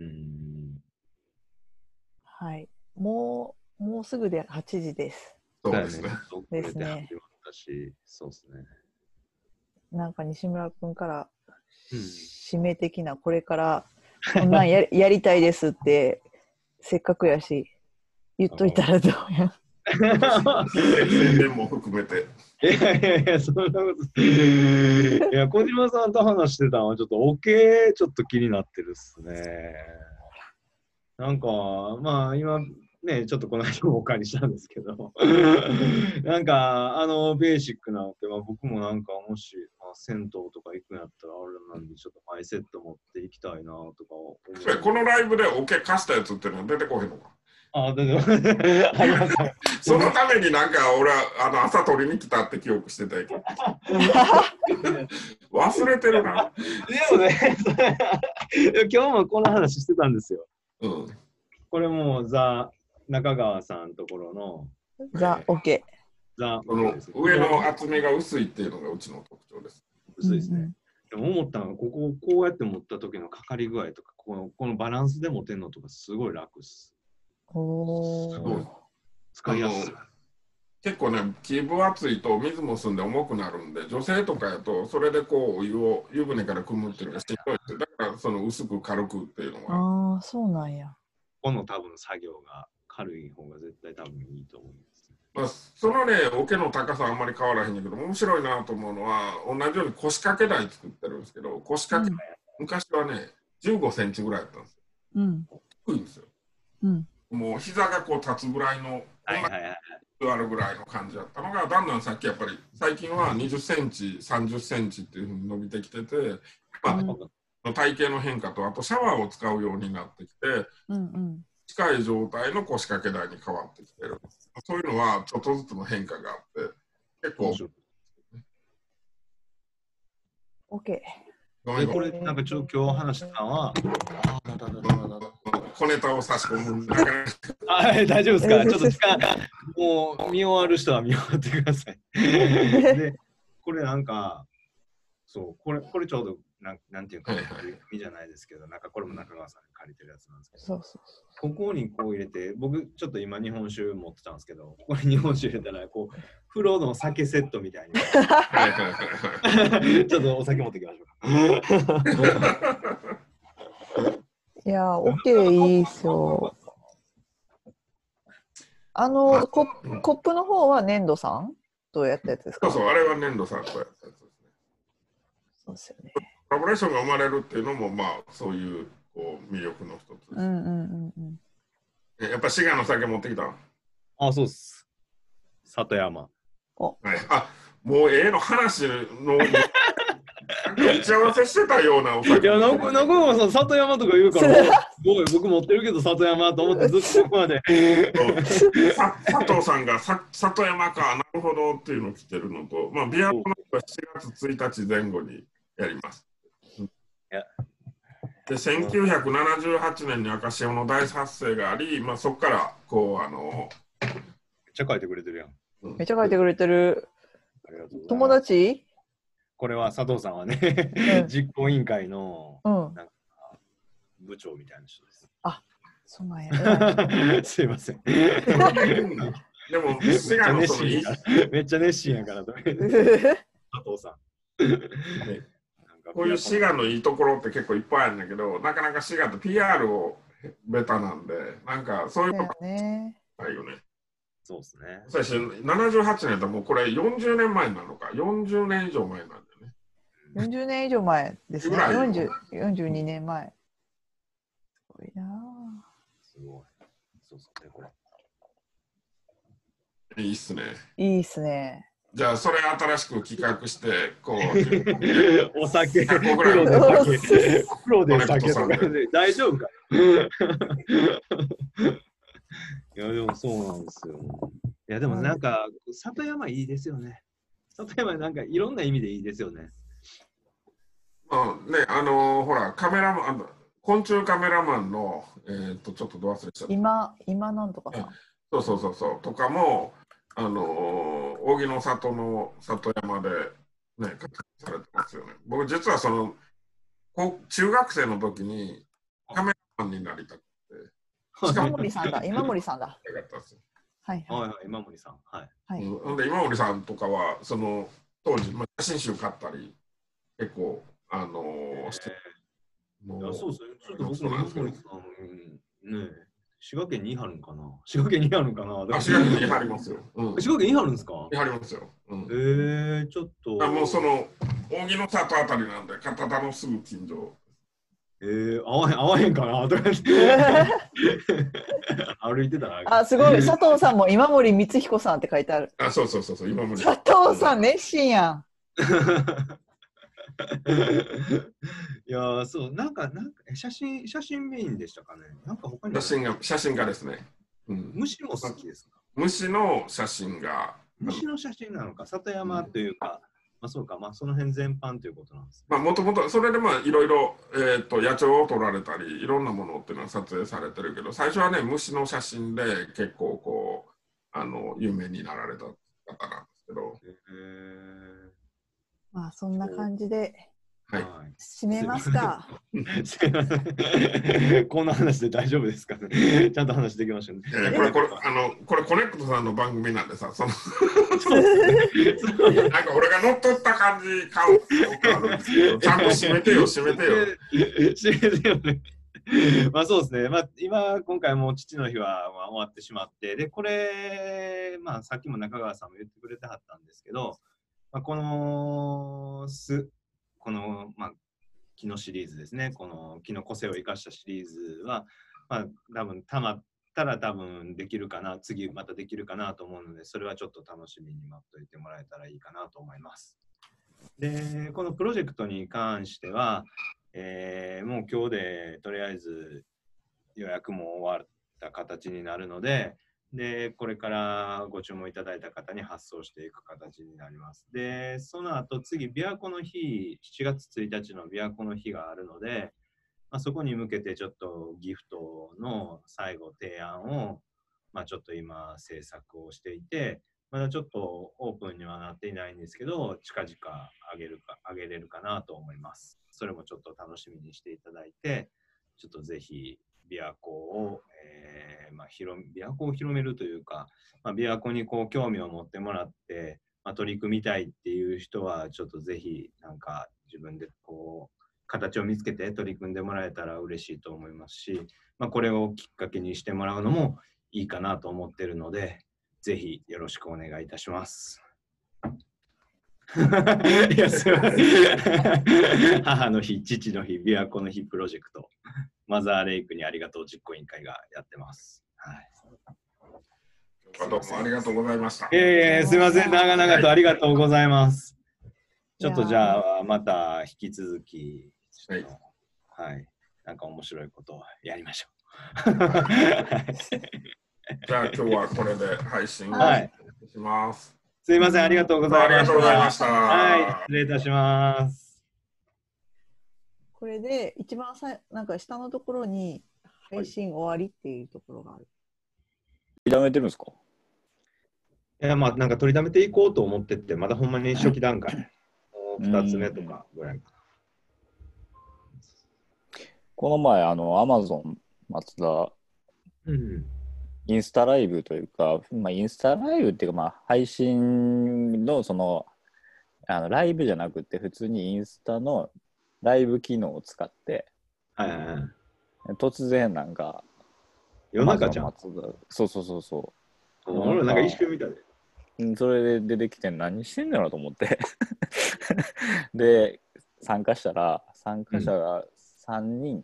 はい。もう、もうすぐではちじです。 そうですね。 ですね。 そうですね。 なんか西村君から、指名的なこれからこんなんややりたいですってせっかくやし言っといたらどうや。 宣伝も含めて。 いやいやいや、そんなこと。いや、小島さんと話してたのはちょっとオケちょっと気になってるっすね。なんか、まあ今、ね、ちょっとこの間もお借りしたんですけど、なんか、あの、ベーシックなオケは僕もなんか、もし、まあ、銭湯とか行くんやったら、あれなんで、ちょっとマイセット持って行きたいなとか思う。 このライブでオケ貸したやつっていうのは出てこへんのか。 あ、出てこありますか。 そのためになんか俺はあの朝取りに来たって記憶してたけど忘れてるな。 でもね、今日もこの話してたんですよ。うん、これもうザ・中川さんのところのザ・オケ。 ザ・この上の厚みが薄いっていうのがうちの特徴です。 薄いですね。うんうん、でも思ったのはここをこうやって持った時のかかり具合とかこの、このバランスで持てんのとかすごい楽です。 おすごい使いやすい。 結構ね、気分厚いと水も吸んで重くなるんで、女性とかやとそれでこうお湯を湯船から汲むっていうのがしんどいです。だからその薄く軽くっていうのは。ああ、そうなんや。 この多分作業が軽い方が絶対多分いいと思います。 まあ、そのね、桶の高さはあんまり変わらへんねんけど、面白いなと思うのは、同じように腰掛け台作ってるんですけど、腰掛け台、うん、昔はね、じゅうごセンチぐらいだったんですよ。うん。低いんですよ。うん。もう膝がこう立つぐらいの、はいはいはい、あるぐらいの感じだったのが、だんだんさっきやっぱり最近はにじゅっセンチ、さんじゅっセンチっていうふうに伸びてきてて、まあ、うん、体型の変化とあとシャワーを使うようになってきて、うんうん、近い状態の腰掛け台に変わってきてる。そういうのはちょっとずつの変化があって結構。 OK。 でこれなんかちょっと今日話したのは。 小ネタを差し込む。 あ、大丈夫ですか。ちょっと時間もう見終わる人は見終わってください。で、これなんかそうこれこれちょうどなんなんていうかいいじゃないですけど、なんかこれも中川さんに借りてるやつなんですけど、そうそうそうここにこう入れて、僕ちょっと今日本酒持ってたんですけど、ここに日本酒入れたらこう風呂の酒セットみたいにちょっとお酒持ってきましょう。いや、オッケーいいっすよ。あのココップの方は粘土さんとやったやつですか？ そうそう、あれは粘土さんとやったやつですね。 そうですよね。 コラボレーションが生まれるっていうのもまあそういうこう魅力の一つです。うんうんうんうん。やっぱ滋賀の酒持ってきた？ あ、そうです。里山。 はい、あ、もうええの話の打ち合わせしてたようなお酒。 いや、中川さん、里山とか言うから、すごい、僕持ってるけど、里山と思ってずっとここまで。 佐藤さんがさ里山か、なるほどっていうのを来てるのと、まあ、ビアのはしちがつついたち前後にやります。で、せんきゅうひゃくななじゅうはちねんに赤潮の大発生があり、まあ、そこから、こう、あの、 めっちゃ書いてくれてるやん。 うん、めっちゃ書いてくれてる。友達？ これは佐藤さんはね、うん、実行委員会の、うん、なんか部長みたいな人です。 あ、そうなんや。 すいません。 でも、滋賀のそのいいめっちゃ熱心やからと。佐藤さん。 ね、こういう滋賀のいいところって結構いっぱいあるんだけど、なかなか滋賀って ピーアール をベタなんで、なんかそういうのがないよね。 そうですね。 最初ななじゅうはちねんだもうこれよんじゅうねんまえなのか、よんじゅうねん以上前なんだよね。 よんじゅうねん以上前ですね。 ぐらいよよんじゅう、よんじゅうにねんまえ。すごいなぁ。 すごい。そうそうね、これ。 いいっすね。 いいっすね。 じゃあ、それ新しく企画して、こう、 お酒、 ひゃっこぐプロでらいの酒、プロで酒とかコネクトさんで大丈夫かいや、でもそうなんですよ。いや、でもなんか、里山いいですよね。里山なんかいろんな意味でいいですよね。 うん、ね、あのーほら、カメラマン、あの昆虫カメラマンの、えーっと、ちょっとど忘れしちゃった。 今、今なんとかさん。 そうそうそうそう、とかも、あのー扇の里の里山で、ね、活躍されてますよね。僕、実はその、こう中学生の時にカメラマンになりたくて、しか今も、 森さんだ、今森さんだ。 よかったですよ。 はいはい。 はいはい、今森さん。はい。 はい、 うん、ほんで、今森さんとかは、その、当時、まあ、写真集買ったり、結構、あのーしてもいやそうですね。ちょっと僕そうもなんですけど今森さん、うんねえ、滋賀県にいはるんかな滋賀県にいはるんかなあ、滋賀県に貼りますよ。うん。 滋賀県にいはるんですかに貼りますよ。うん。 えー、ちょっと。 あもうその、扇の里あたりなんで、片田のすぐ近所。 えー、合わへん、合わへんかなとか言って歩いてたら。 あ、すごい。佐藤さんも今森光彦さんって書いてある。 あ、そうそうそうそう、今まで。 佐藤さん熱心やん。 いやーそうなんかなんかえ写真写真メインでしたかねなんか他に写真が写真家ですね。うん、 虫も好きですか虫の写真が。 虫の写真なのか里山というか、まあそうかまあその辺全般ということなんですね。 まあもともとそれでまあいろいろえっと野鳥を撮られたりいろんなものっていうのは撮影されてるけど、最初はね虫の写真で結構こうあの有名になられた方なんですけど。 えまあそんな感じではい。 締めますか。 すいませんこんな話で大丈夫ですかねちゃんと話できましたね。 えーこれこれあのこれコネクトさんの番組なんでさ、そのなんか俺が乗っ取った感じ買う買うんですけど、ちゃんと締めてよ締めてよ。 締めてよね。まあそうですね。まあ今今回も父の日はまあ終わってしまって、でこれまあさっきも中川さんも言ってくれてはったんですけど、まあ、このすこのまあ木のシリーズですね。この木の個性を生かしたシリーズはまあ多分たまったら多分できるかな、次またできるかなと思うので、それはちょっと楽しみに待っといてもらえたらいいかなと思います。で、このプロジェクトに関しては、えー、もう今日でとりあえず予約も終わった形になるので、で、これからご注文いただいた方に発送していく形になります。で、その後次、琵琶湖の日、しちがつついたちの琵琶湖の日があるので、まあ、そこに向けてちょっとギフトの最後提案を、まあ、ちょっと今制作をしていて、まだちょっとオープンにはなっていないんですけど、近々あげるか、あげれるかなと思います。それもちょっと楽しみにしていただいて、ちょっとぜひ琵琶湖を、えーまあ、広琵琶湖を広めるというか、まあ、琵琶湖にこう興味を持ってもらって、まあ、取り組みたいっていう人は、ちょっとぜひなんか自分でこう、形を見つけて取り組んでもらえたら嬉しいと思いますし、まあ、これをきっかけにしてもらうのもいいかなと思っているので、ぜひよろしくお願いいたします。いやすいません母の日、父の日、琵琶湖の日プロジェクト、マザーレイクにありがとう実行委員会がやってます。はい、 どうもありがとうございました。 えー、すいません、長々とありがとうございます。ちょっとじゃあ、また引き続き、はい、はい、なんか面白いことをやりましょう。 じゃあ今日はこれで配信をします。 はい、すいません、ありがとうございました。 ありがとうございました。 はい、失礼いたします。 これで一番さなんか下のところに配信終わりっていうところがある。 取りだめてるんですか？ いや、まあ、なんか取りだめていこうと思ってて、まだほんまに初期段階。ふたつめとかぐらいかな。 この前、あの、アマゾン松田、うん、インスタライブというか、まあ、インスタライブっていうか、まあ、配信の、その、あのライブじゃなくて、普通にインスタのライブ機能を使って、 はいはいはい、 突然なんか、 夜中ちゃん。 そうそうそうそう。 俺なんか一瞬見たで。 それで出てきて何してんだろうと思ってで参加したら参加者がさんにん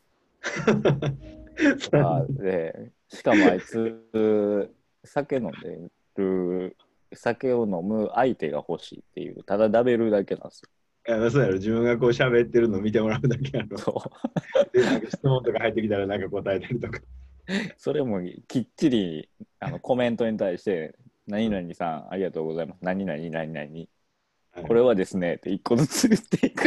とかで、しかもあいつ酒飲んでる、酒を飲む相手が欲しいっていう、ただ食べるだけなんですよ。いや、そうやろ、自分がこう喋ってるのを見てもらうだけやろ。 そうで、なんか質問とか入ってきたらなんか答えたりとか。 それもきっちりあのコメントに対して「何々さんありがとうございます。何々何々これはですね」って一個ずつ言っていく。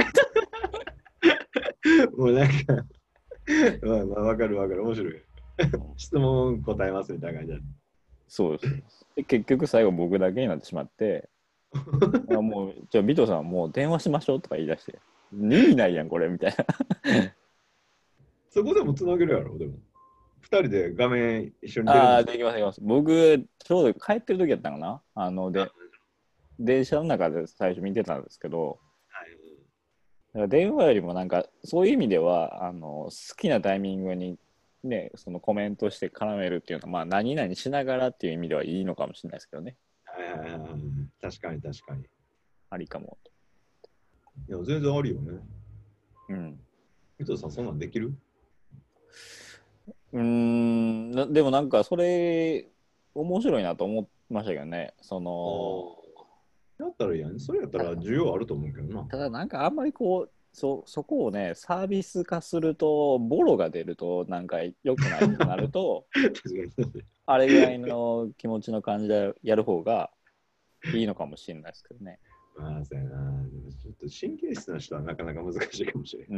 もうなんか、まあまあ、わかるわかる、面白い。質問答えますみたいな感じだ。 そうです。で結局最後僕だけになってしまってあもうじゃあビトさんもう電話しましょうとか言い出して意味ないやんこれみたいな。 そこでもつなげるやろ、でも。二人で画面一緒に出るの。 ああ、できますできます。僕ちょうど帰ってる時やったかな、あので電車の中で最初見てたんですけど、 はい、 だから電話よりもなんかそういう意味ではあの好きなタイミングにねそのコメントして絡めるっていうのはまあ何々しながらっていう意味ではいいのかもしれないですけどね。 はいはいはいはい、確かに確かに。 ありかも。 いや、全然ありよね。 うん。 伊藤さん、そんなんできる？ うーんなでもなんかそれ面白いなと思いましたけどね。そのやったらいいやん。それやったら需要あると思うけどな。 ただなんかあんまりこうそそこをねサービス化するとボロが出るとなんか良くないってなるとあれぐらいの気持ちの感じでやる方がいいのかもしれないですけどね。 まあ、そうやな。でもちょっと神経質な人はなかなか難しいかもしれない。 うん。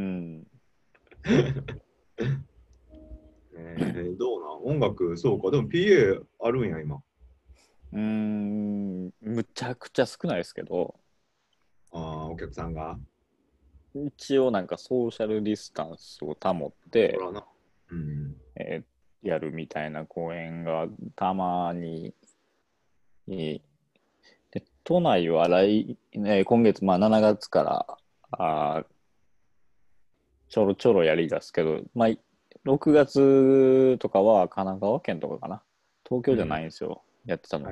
えー、どうなん音楽、そうか。でも ピーエー あるんや、今。 うーん、むちゃくちゃ少ないですけど、 ああ、お客さんが。 一応なんかソーシャルディスタンスを保って、 ほらな。うん。 えーやるみたいな公演がたまに、で都内は来、ね、今月、まあ、しちがつからあちょろちょろやりだすけど、まあ、ろくがつとかは神奈川県とかかな。東京じゃないんですよ、うん、やってたの。はい、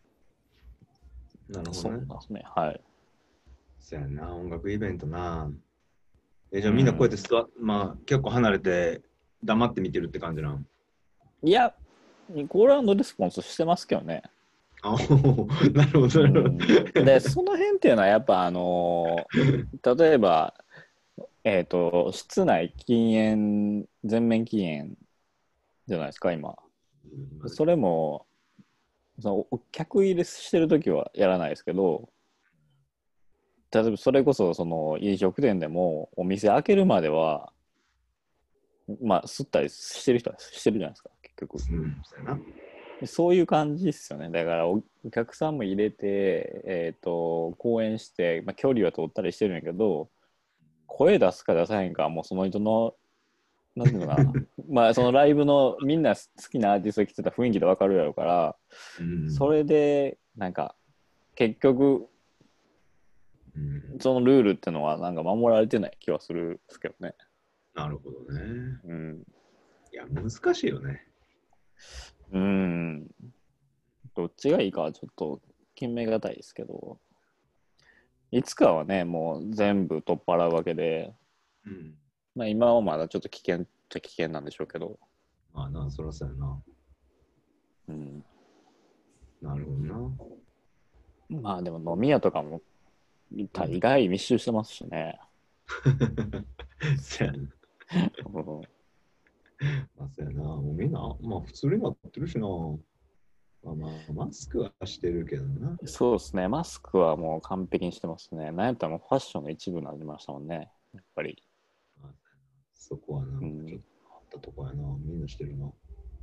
なるほどね。 そうなんですね。はい。 そうやな、音楽イベントな。え、じゃあみんなこうやって座、うん、まあ結構離れて黙って見てるって感じなん？ いや、コール&レスポンスしてますけどね。 あなるほど、なるほど。 で、その辺っていうのはやっぱあのー、例えば、えっ、ー、と、室内禁煙、全面禁煙じゃないですか、今。それも、その客入れしてるときはやらないですけど、例えばそれこそその飲食店でもお店開けるまでは、まあ、吸ったりしてる人はしてるじゃないですか、結局。うん、そうやな。そういう感じですよね。だからお客さんも入れて、えーと、講演して、まあ、距離は取ったりしてるんやけど、声出すか出さへんかもうその人の、なんていうのかな、まあそのライブのみんな好きなアーティストが来てた雰囲気で分かるやろうから、うん、それでなんか結局、うん、そのルールっていうのはなんか守られてない気はするんですけどね。 なるほどね。 うん、 いや、難しいよね。 うん。どっちがいいかはちょっと決めがたいですけど、いつかはね、もう全部取っ払うわけで、うん、まあ今はまだちょっと危険っちゃ危険なんでしょうけど。 まあな、そらそうやな。うん。なるほどな。 まあでも飲み屋とかも大概密集してますしね。 そうやな。まあそうやな。もうみんな、まあ普通になってるしな。まあまあ、マスクはしてるけどな。 そうですね。マスクはもう完璧にしてますね。なんやったらもうファッションの一部になりましたもんね。やっぱり。 まあ、そこはな、うん、ちょっとあったとこやな。みんなしてるな。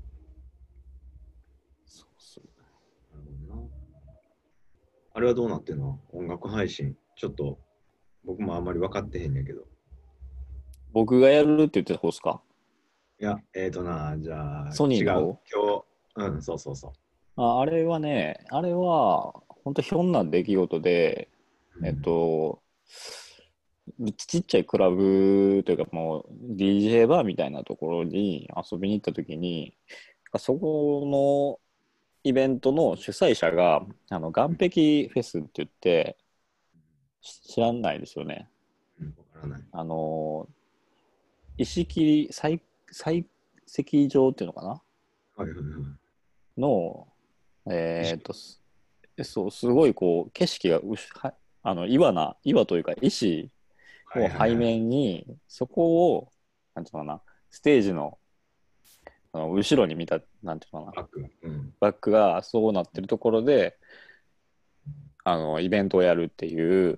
そうそう。なるほどな。あれはどうなってんの？音楽配信。ちょっと僕もあんまり分かってへんやけど。 僕がやるって言ってた方ですか？ いや、えっ、ー、とな、じゃあ、 ソニーの方今日、うん、そうそうそう。 あ, あれはね、あれは本当ひょんな出来事で、うん、えっと、ちっちゃいクラブというかもう ディージェー バーみたいなところに遊びに行った時に、そこのイベントの主催者があの岸壁フェスって言って知らないですよね。 うん、わからない。 あの、石切り、採採石場っていうのかなはいはいはい。 の、えーっと、すそう、すごいこう、景色がうしはあの岩な、岩というか石を背はいはいはい。 面に、そこを、なんていうのかな、ステージの、あの後ろに見た、なんていうのかな、 バック。うん。 バックがそうなってるところで、あの、イベントをやるっていう、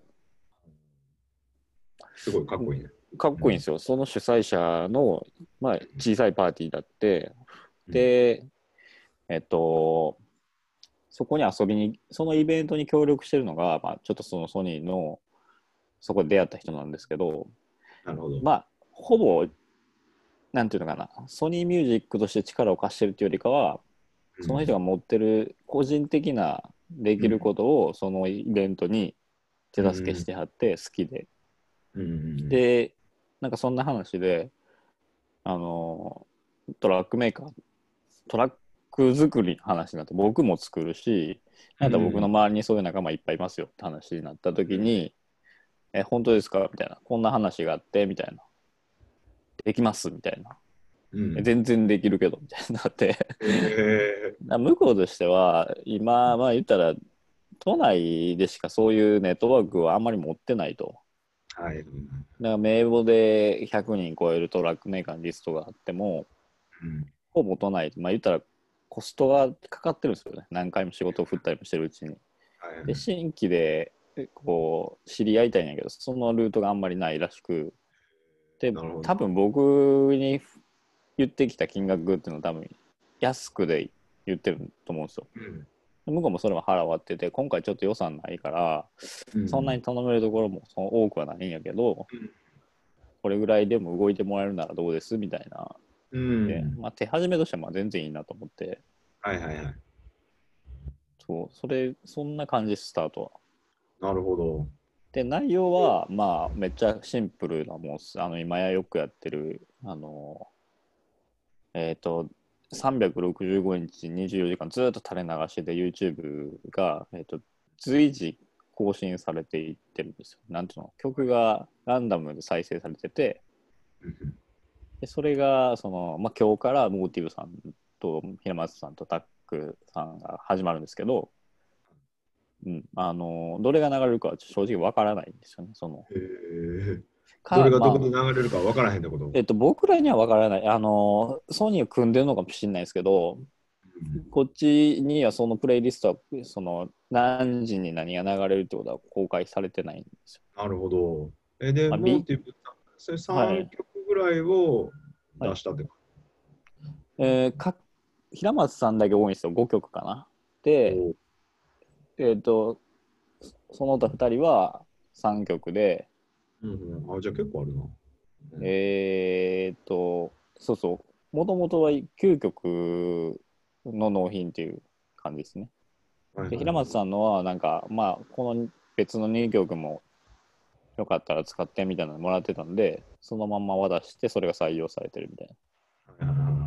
すごいかっこいいね。 かっこいいんですよ。その主催者の、まあ、小さいパーティーだって、 うん、 で、えっと、そこに遊びに、そのイベントに協力してるのが、まあ、ちょっとそのソニーの、そこで出会った人なんですけど、 なるほど。 まあ、ほぼ、なんていうのかな、ソニーミュージックとして力を貸してるっていうよりかは、その人が持ってる個人的なできることを、そのイベントに手助けしてはって好きで。 うんうんうん、 で、なんかそんな話で、あの、トラックメーカー、トラック作りの話になって、僕も作るし、なんだ僕の周りにそういう仲間いっぱいいますよって話になった時に、うん、え、本当ですかみたいな。こんな話があって、みたいな。できますみたいな。うん、全然できるけど、みたいになってえー。向こうとしては、今、まあ言ったら、都内でしかそういうネットワークをあんまり持ってないと。はい。だから名簿でひゃくにん超えるトラックメーカーのリストがあっても、うん、ほぼ都内、まあ言ったらコストがかかってるんですよね。何回も仕事を振ったりもしてるうちに。はい、で、新規でこう知り合いたいんやけど、そのルートがあんまりないらしく、で、多分僕に言ってきた金額っていうのは多分安くで言ってると思うんですよ。うん、向こうもそれも腹割ってて、今回ちょっと予算ないから、うん、そんなに頼めるところもその多くはないんやけど、うん、これぐらいでも動いてもらえるならどうですみたいな。うん、で、まあ、手始めとしてはまあ全然いいなと思って。はいはいはい。そう、それ、そんな感じスタートは。なるほど。で、内容は、まあ、めっちゃシンプルなもんす。あの、今やよくやってる、あの、えっ、ー、と、さんびゃくろくじゅうごにちにじゅうよじかんずっと垂れ流しで YouTube が、えーと、随時更新されていってるんですよ。なんていうの、曲がランダムで再生されてて、でそれがその、まあ、今日からモーティブさんと平松さんとタックさんが始まるんですけど、うん、あのどれが流れるかは正直わからないんですよね。そのへどれがどこに流れるか分からへんってこと、まあ、えっと、僕らには分からない。あの、ソニーを組んでるのかもしれないですけど、うん、こっちにはそのプレイリストは、その何時に何が流れるってことは公開されてないんですよ。 なるほど。え、で、まあ、モーティブ、それさんきょくぐらいを出したってか、 はい、えー、か平松さんだけ多いんですよ。ごきょくかな。で、えっ、ー、と、その他ふたりはさんきょくで、 うんうん、あ、じゃあ結構あるな。 うん、えっ、ー、と、そうそう、もともとはきゅうきょくの納品っていう感じですね。はいはいはい、で平松さんのは、なんか、まあ、この別のにきょくもよかったら使ってみたいなのもらってたんで、そのまんま渡して、それが採用されてるみたいな。はいはいはい、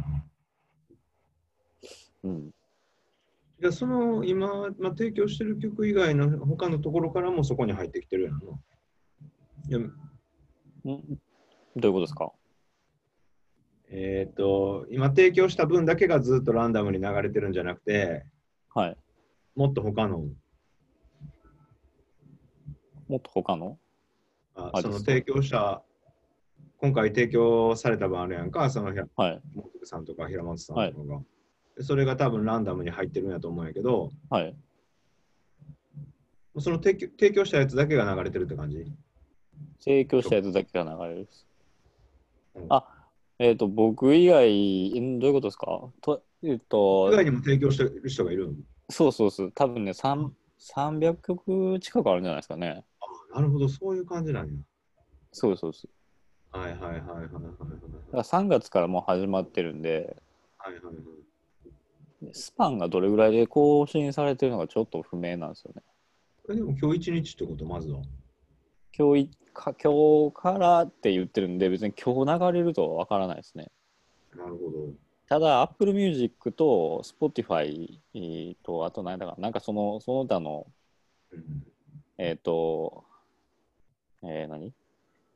うん。いや、その今、まあ、提供してる曲以外の他のところからもそこに入ってきてるやんな。いや、んどういうことですか？ えっ、ー、と、今提供した分だけがずっとランダムに流れてるんじゃなくて、 はい。 もっと他の。 もっと他のあその提供者、今回提供された分あるやんか、その、はい、モトクさんとか平松さんとかが、はい。それが多分ランダムに入ってるんやと思うんやけど、はい。その提供提供したやつだけが流れてるって感じ？ 提供したやつだけが流れる。うん、あ、えっ、ー、と、僕以外、どういうことですか？と、えっ、ー、と、 以外にも提供してる人がいる？ そうそうそう。多分ね、さんびゃくきょく近くあるんじゃないですかね。 あ、なるほど、そういう感じなんや。 そうそうそう。 はいはいはいはいはいはい。だからさんがつからもう始まってるんで、はいはいはい。スパンがどれぐらいで更新されてるのかちょっと不明なんですよね。 えでも今日一日ってことまずは。 今日か今日からって言ってるんで、別に今日流れるとは分からないですね。 なるほど。 ただ、Apple Music と Spotify と、あと何だか、なんかその、その他の、うん、えっ、ー、と、えー、何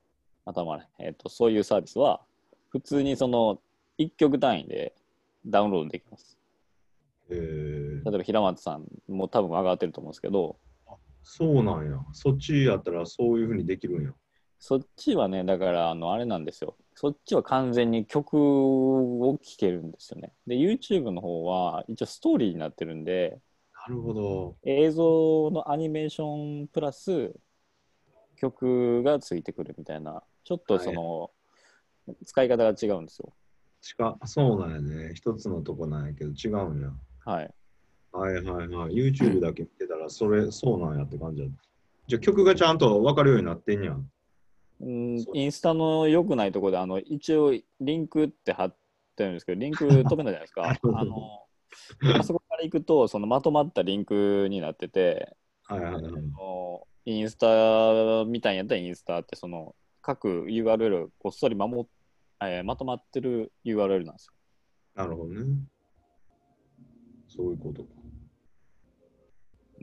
頭ね、えっと、そういうサービスは、普通にそのいっきょく単位でダウンロードできます。 へえ。 例えば平松さんも多分上がってると思うんですけど、 そうなんや。そっちやったらそういうふうにできるんや。 そっちはね、だからあのあれなんですよ。そっちは完全に曲を聴けるんですよね。で、YouTube の方は一応ストーリーになってるんで、 なるほど。 映像のアニメーションプラス曲がついてくるみたいな、ちょっとその、はい、使い方が違うんですよ。 しかそうなんやね。一つのとこなんやけど違うんや。 はい。 はいはいはい。YouTube だけ見てたら、それ、そうなんやって感じだ。じゃあ曲がちゃんと分かるようになってんやん。 うん、インスタの良くないところで、あの、一応リンクって貼ってるんですけど、リンク飛べないじゃないですか。あの、あそこから行くと、そのまとまったリンクになってて、 はいはいはい。 あのインスタみたいにやったらインスタってその各 ユーアールエル こっそり守っ、えー、まとまってる ユーアールエル なんですよ。 なるほどね。そういうことか。 うん。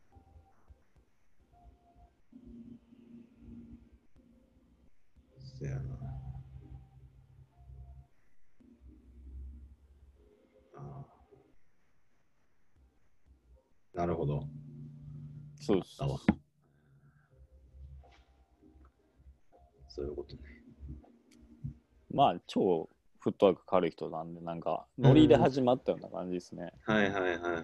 せやな。あなるほど。 そうです。 そういうことね。 まあ、超フットワーク軽い人なんで、なんか、ノリで始まったような感じですね。 うん、はいはいはいはい。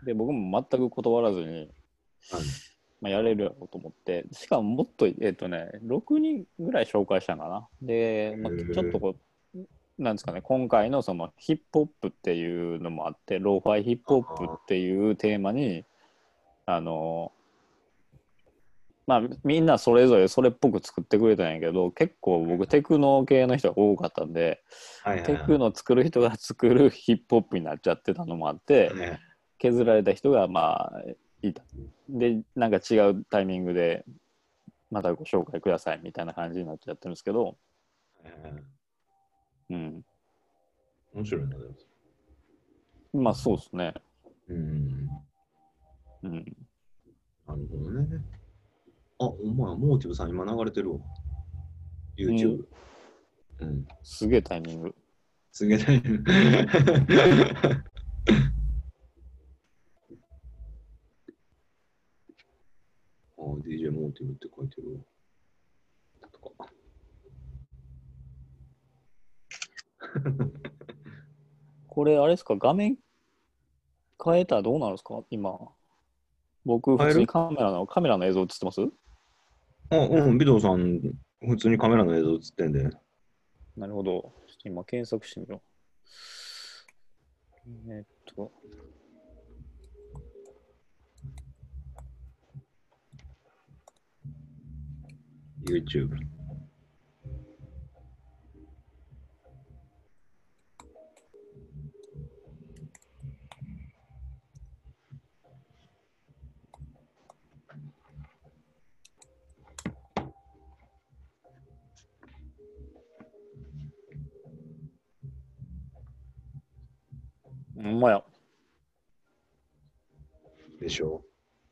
で、僕も全く断らずに、はい、まあ、やれるやろうと思って、しかももっと、えっ、ー、とね、ろくにんぐらい紹介したんかな。で、まあ、ちょっとこう、なんですかね、今回のそのヒップホップっていうのもあって、ローファイヒップホップっていうテーマに、あの、まあ、みんなそれぞれそれっぽく作ってくれたんやけど、結構僕テクノ系の人が多かったんで、はいはいはい、テクノ作る人が作るヒップホップになっちゃってたのもあって、はいはい、削られた人がまあいた。で、なんか違うタイミングでまたご紹介くださいみたいな感じになっちゃってるんですけど、はいはい、うん。 面白いな、でも。まあそうですね。 うん。 うん。 なるほどね。あ、お前、モーティブさん今流れてるわ。YouTube。 うん。うん、すげえタイミング。 すげえタイミング。あ、ディージェー モーティブって書いてるわ。とか。 これ、あれですか、画面変えたらどうなるんですか今。僕、普通にカメラの、カメラの映像映ってます？ あ、うん、ビドウさん、普通にカメラの映像映ってんで。 なるほど。ちょっと今検索してみよう。えー、っと。 YouTube。 ほんまや。 でしょ。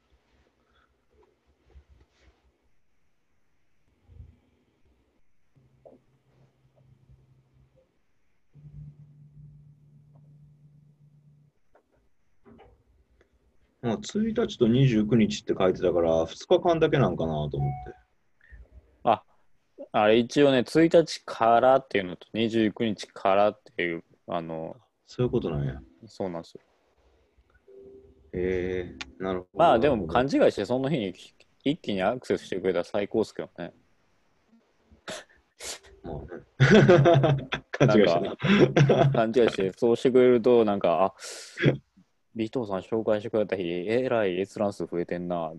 まあ、ついたちとにじゅうくにちって書いてたから、ふつかかんだけなんかなと思って。 あ、あれ一応ね、ついたちからっていうのとにじゅうくにちからっていう、あの、 そういうことなんや。 そうなんですよ。 えー、なるほど。 まあでも勘違いしてその日に一気にアクセスしてくれたら最高ですけどね。 まあね。勘違いして勘違いしてそうしてくれるとなんか、あ、尾藤さん紹介してくれた日、えらい閲覧数増えてんな。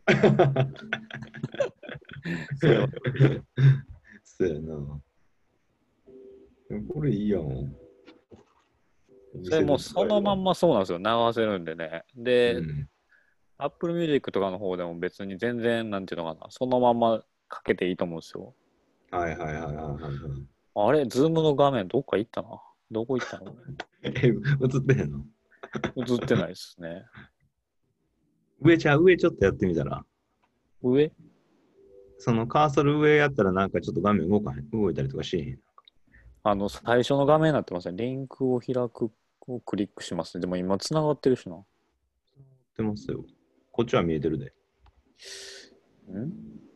それはそうやな。これいいやん。 それもうそのまんまそうなんですよ。流せるんでね。で、うん、Apple Music とかの方でも別に全然、なんていうのかな、そのままかけていいと思うんですよ。 はいはいはいはいはい。 あれ、ズームの画面どっか行ったな。どこ行ったの？ え、映ってへんの？ 映ってないですね。 上ちゃう、上ちょっとやってみたら。 上？ そのカーソル上やったらなんかちょっと画面動かへん、動いたりとかしへん。 あの、最初の画面になってますね。リンクを開くをクリックしますね。でも今繋がってるしな。 出ますよ。こっちは見えてるで。 ん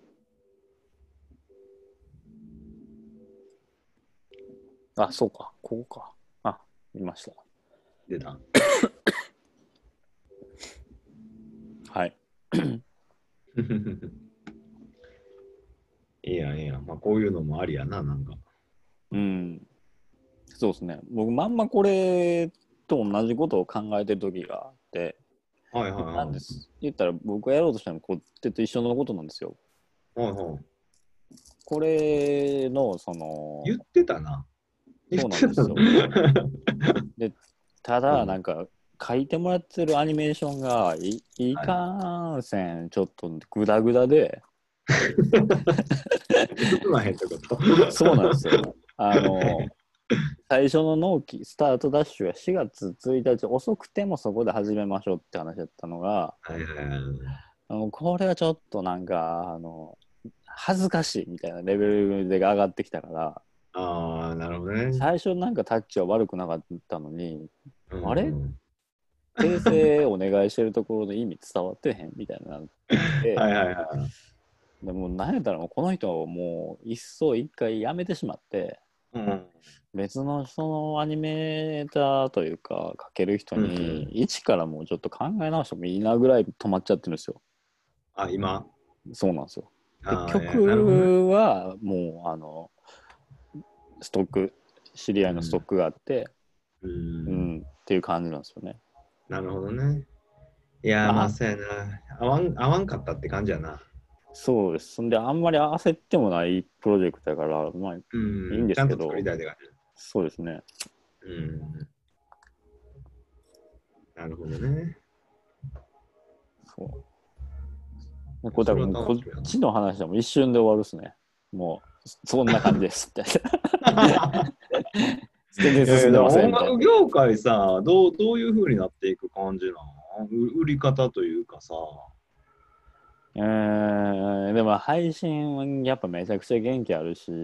あ、そうか。ここか。あ、見ました。 出た。 はい。 いいやん、いいやん。まあ、こういうのもありやな、なんか。 うん。そうですね。僕、まんまこれと同じことを考えてる時があって、 はいはいはい。 なんです。言ったら僕がやろうとしたのはこってと一緒のことなんですよ。 はいはい。 これの、その、 言ってたな。 そうなんですよ。で、ただ、なんか、書いてもらってるアニメーションがい、いかんせん、ちょっとグダグダで。 進まへんってことそうなんですよ。あの、最初の納期、スタートダッシュがしがつついたち、遅くてもそこで始めましょうって話だったのが、 はいはいはい。 あのこれはちょっとなんか、あの、恥ずかしいみたいなレベルで上がってきたから、 ああ、なるほどね。 最初なんかタッチは悪くなかったのに、 うん、 あれ訂正お願いしてるところの意味伝わってへんみたいになってはいはいはい。 でも何やったらこの人をもう一層一回やめてしまって、 うん、 別のそのアニメーターというか書ける人に一からもうちょっと考え直してもいいなぐらい止まっちゃってるんですよ。 あ、今そうなんですよ。であ、 曲はもうあのストック知り合いのストックがあって、 うん、 うん、っていう感じなんですよね。 なるほどね。いやー、まあ、そうやな。合わん、合わんかったって感じやな。 そうです。そんで、あんまり焦ってもないプロジェクトだから、まあ、いいんですけど。 ちゃんと作りたいって感じ。 そうですね。 うん。なるほどね。 そう。これ多分、こっちの話でも一瞬で終わるっすね。もう、そんな感じですって。全然進んでませんみたいな。 音楽業界さ、どう、どういう風になっていく感じなの？売り方というかさ。 えー、でも配信はやっぱめちゃくちゃ元気あるし、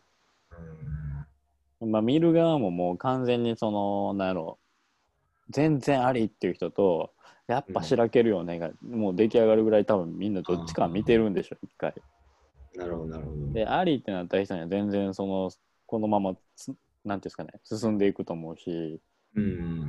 うん、まあ見る側ももう完全にその、なんやろ、全然ありっていう人と、やっぱしらけるよねが、うん、もう出来上がるぐらい多分みんなどっちか見てるんでしょ、一回。 なるほど、なるほど。 で、ありってなった人には全然その、このままつ、なんていうんですかね、進んでいくと思うし、 うん、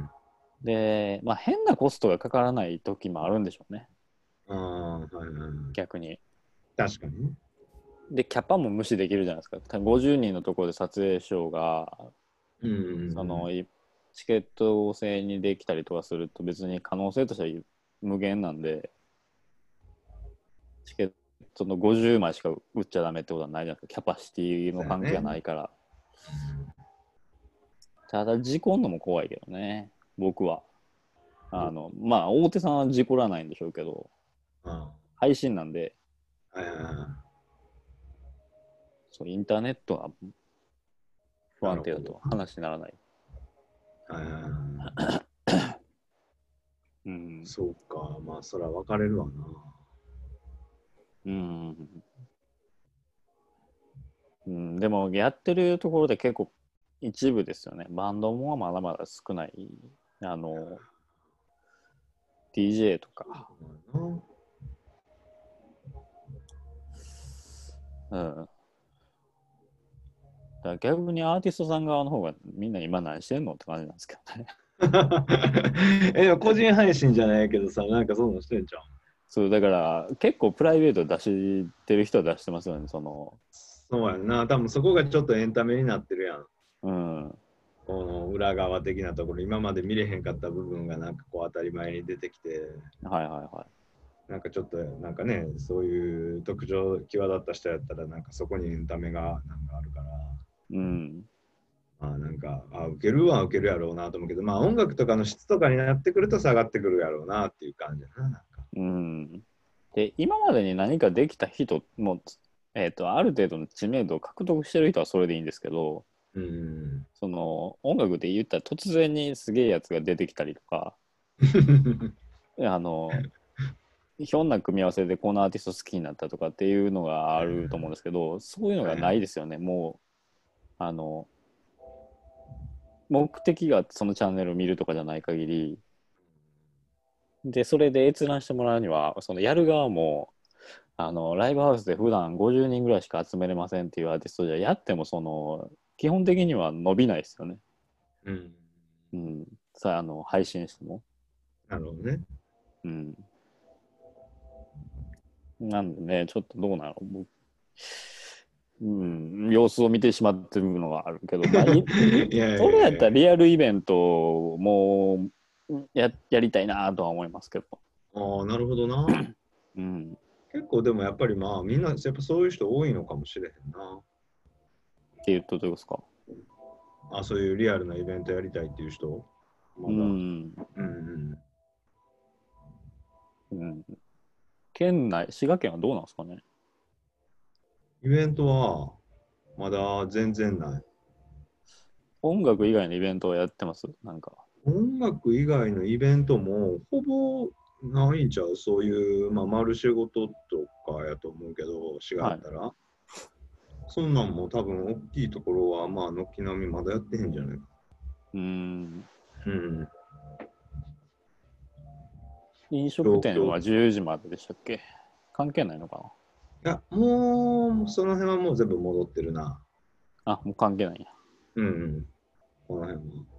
で、まあ変なコストがかからない時もあるんでしょうね。 ああ、はいはい。 逆に。 確かに。 で、キャパも無視できるじゃないですか。多分ごじゅうにんのところで撮影ショーが、 うん、 その、チケット制にできたりとかすると別に可能性としては無限なんで、チケットのごじゅうまいしか売っちゃダメってことはないじゃないですか。キャパシティの関係がないから。ね、ただ、事故んのも怖いけどね、僕は。あの、まあ、大手さんは事故らないんでしょうけど、うん、配信なんで、はいはいはい、そう、インターネットが不安定だと話にならない。はいはいはい。 うん、そうか、まあ、それは分かれるわな。 うん。うん、でも、やってるところで結構一部ですよね。バンドもまだまだ少ない。あの、ディージェー とか。うん。だから逆にアーティストさん側の方がみんな今何してんのって感じなんですけどね。 え、個人配信じゃないけどさ、なんかそういうのしてんじゃん。 そう、だから結構プライベート出してる人は出してますよね、その。 そうやんな。多分そこがちょっとエンタメになってるやん。 うん。 この裏側的なところ、今まで見れへんかった部分がなんかこう当たり前に出てきて。 はいはいはい。 なんかちょっとなんかね、そういう特徴際立った人やったらなんかそこにエンタメがなんかあるから。 うん。 まあなんか、あ、受けるは受けるやろうなと思うけど、まあ音楽とかの質とかになってくると下がってくるやろうなっていう感じやな。なんかうん。で、今までに何かできた人も、えっと、ある程度の知名度を獲得してる人はそれでいいんですけど、うん、その音楽で言ったら突然にすげえやつが出てきたりとか、あの、 ひょんな組み合わせでこのアーティスト好きになったとかっていうのがあると思うんですけど、そういうのがないですよね。もうあの目的がそのチャンネルを見るとかじゃない限りで、それで閲覧してもらうにはそのやる側もあのライブハウスで普段ごじゅうにんぐらいしか集めれませんっていうアーティストじゃやってもその基本的には伸びないですよね。うん、うん、さあ、あの配信しても。 なるほどね。 うん。なんでね、ちょっとどうなの、うん、様子を見てしまってるのがあるけど、まあ、いいやいやいやそれやったらリアルイベントもややりたいなとは思いますけど。 ああ、なるほどな。うん、結構でもやっぱりまあみんなやっぱそういう人多いのかもしれへんな。 っていうとどうですか？ あ、そういうリアルなイベントやりたいっていう人、まだ、うんうんうん、県内、滋賀県はどうなんですかね？ イベントはまだ全然ない。 音楽以外のイベントはやってます？なんか音楽以外のイベントもほぼないんちゃう？そういう、まあ、マルシェ事とかやと思うけど、滋賀やったら、はい、そんなんも多分大きいところはまあ軒並みまだやってへんじゃないか。うーん。うん。 飲食店はじゅうじまででしたっけ？関係ないのかな？いや、もう、その辺はもう全部戻ってるな。 あ、もう関係ないや。 うんうん。この辺は。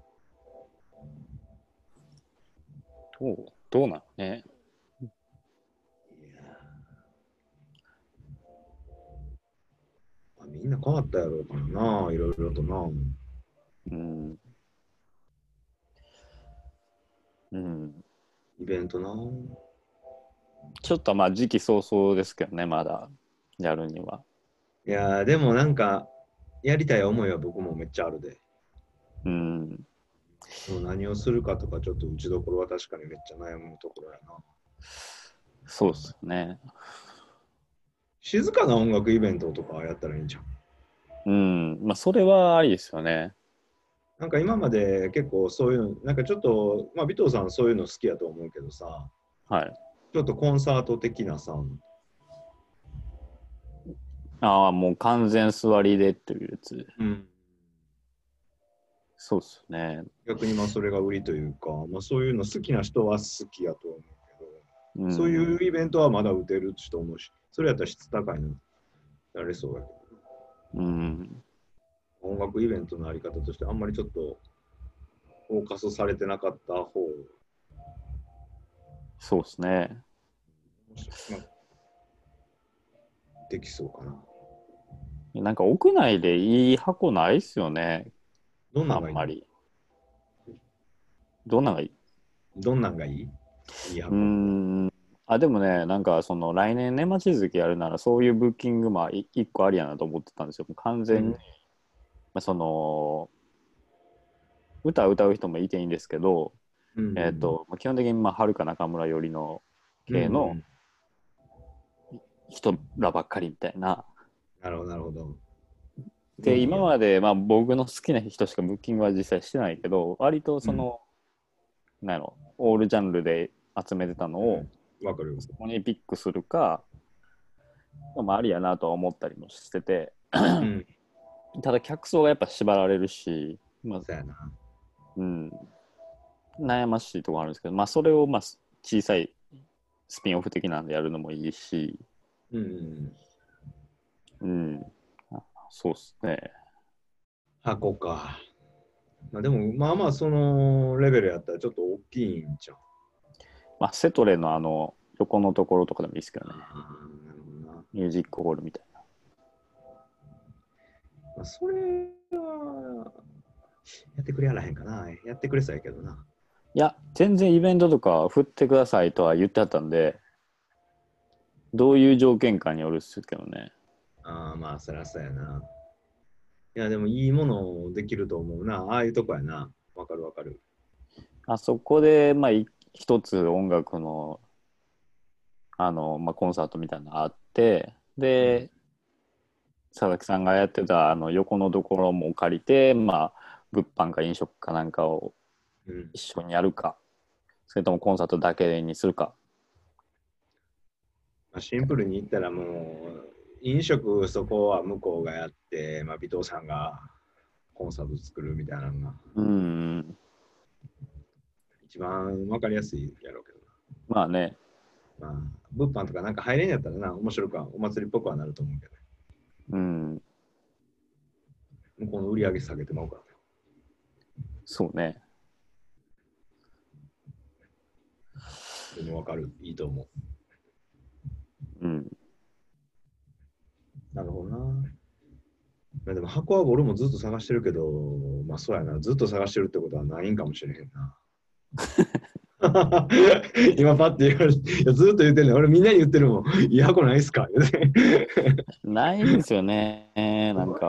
どう、どうなのね。いやみんな変わったやろうからな、いろいろとな。うん。うん。イベントな。 ちょっとまあ時期尚早ですけどね、まだやるには。 いやでもなんか、やりたい思いは僕もめっちゃあるで。うん。でも何をするかとか、ちょっと打ちどころは確かにめっちゃ悩むところやな。 そうっすね。 静かな音楽イベントとかやったらいいんじゃん。 うん、まあそれはありですよね。 なんか今まで結構そういうの、なんかちょっと、まあ尾藤さんそういうの好きやと思うけどさ、はい。ちょっとコンサート的なさ。 ああ、もう完全座りでっていうやつ。うん。そうっすね。 逆にまあそれが売りというか、まあそういうの好きな人は好きやと思うけど、うん、そういうイベントはまだ打てる人思うし、それやったら質高いのやれそうやけど。うん。音楽イベントのあり方としてあんまりちょっとフォーカスされてなかった方。 そうですね。 まあ、できそうかな。 なんか屋内でいい箱ないっすよね。 どんなんがいい？ あんまり。どんなんがいい？ どんなんがいい？いい箱。うーん。あ、でもね、なんかその来年年末続きやるならそういうブッキングまあ一個ありやなと思ってたんですよ。完全に、うん、まあ、その歌を歌う人もいていいんですけど、うんうん、えーと、基本的にまあはるか中村よりの系の人らばっかりみたいな。 なるほどなるほど。 で今までまあ僕の好きな人しかブッキングは実際してないけど、割とその、うん、なんやろオールジャンルで集めてたのを、 うん、わかる。 そこにピックするか、まあ、ありやなとは思ったりもしてて、うん、ただ客層がやっぱ縛られるし、まあ、そうやな、うん、悩ましいところあるんですけど、まあ、それをまあ小さいスピンオフ的なんでやるのもいいし、うん、うん、そうっすね。 箱か。まあ、でも、まあまあ、そのレベルやったらちょっと大きいんじゃん。 まあ、セトレのあの横のところとかでもいいですけどね。ミュージックホールみたいな。 まあ、それは、やってくれやらへんかな。やってくれそうやけどな。 いや、全然イベントとか振ってくださいとは言ってあったんで、どういう条件かによるっすけどね。 ああ、まあ、そりゃそうやな。いや、でもいいものできると思うな。ああいうとこやな。わかるわかる。 あそこで、まあ、一つ音楽の、あの、まあ、コンサートみたいなのがあって、で、うん、佐々木さんがやってたあの横のところも借りて、まあ、物販か飲食かなんかを一緒にやるか、うん、それともコンサートだけにするか。 シンプルに言ったらもう、飲食そこは向こうがやって、まあ、尾藤さんがコンサート作るみたいなのが、 うん。 一番わかりやすいやろうけどな。 まあね。 まあ、物販とかなんか入れんやったらな、面白くは、お祭りっぽくはなると思うけど。 うん。 向こうの売り上げ下げてまうからね。 そうね。 でもわかる。いいと思う。 うん。 なるほどな。まあ、でも箱は俺もずっと探してるけど、まあそうやな。ずっと探してるってことはないんかもしれへんな。今パッて言われて、いやずっと言ってんねん。俺みんなに言ってるもん。いい箱ないっすかないんですよね。なんか、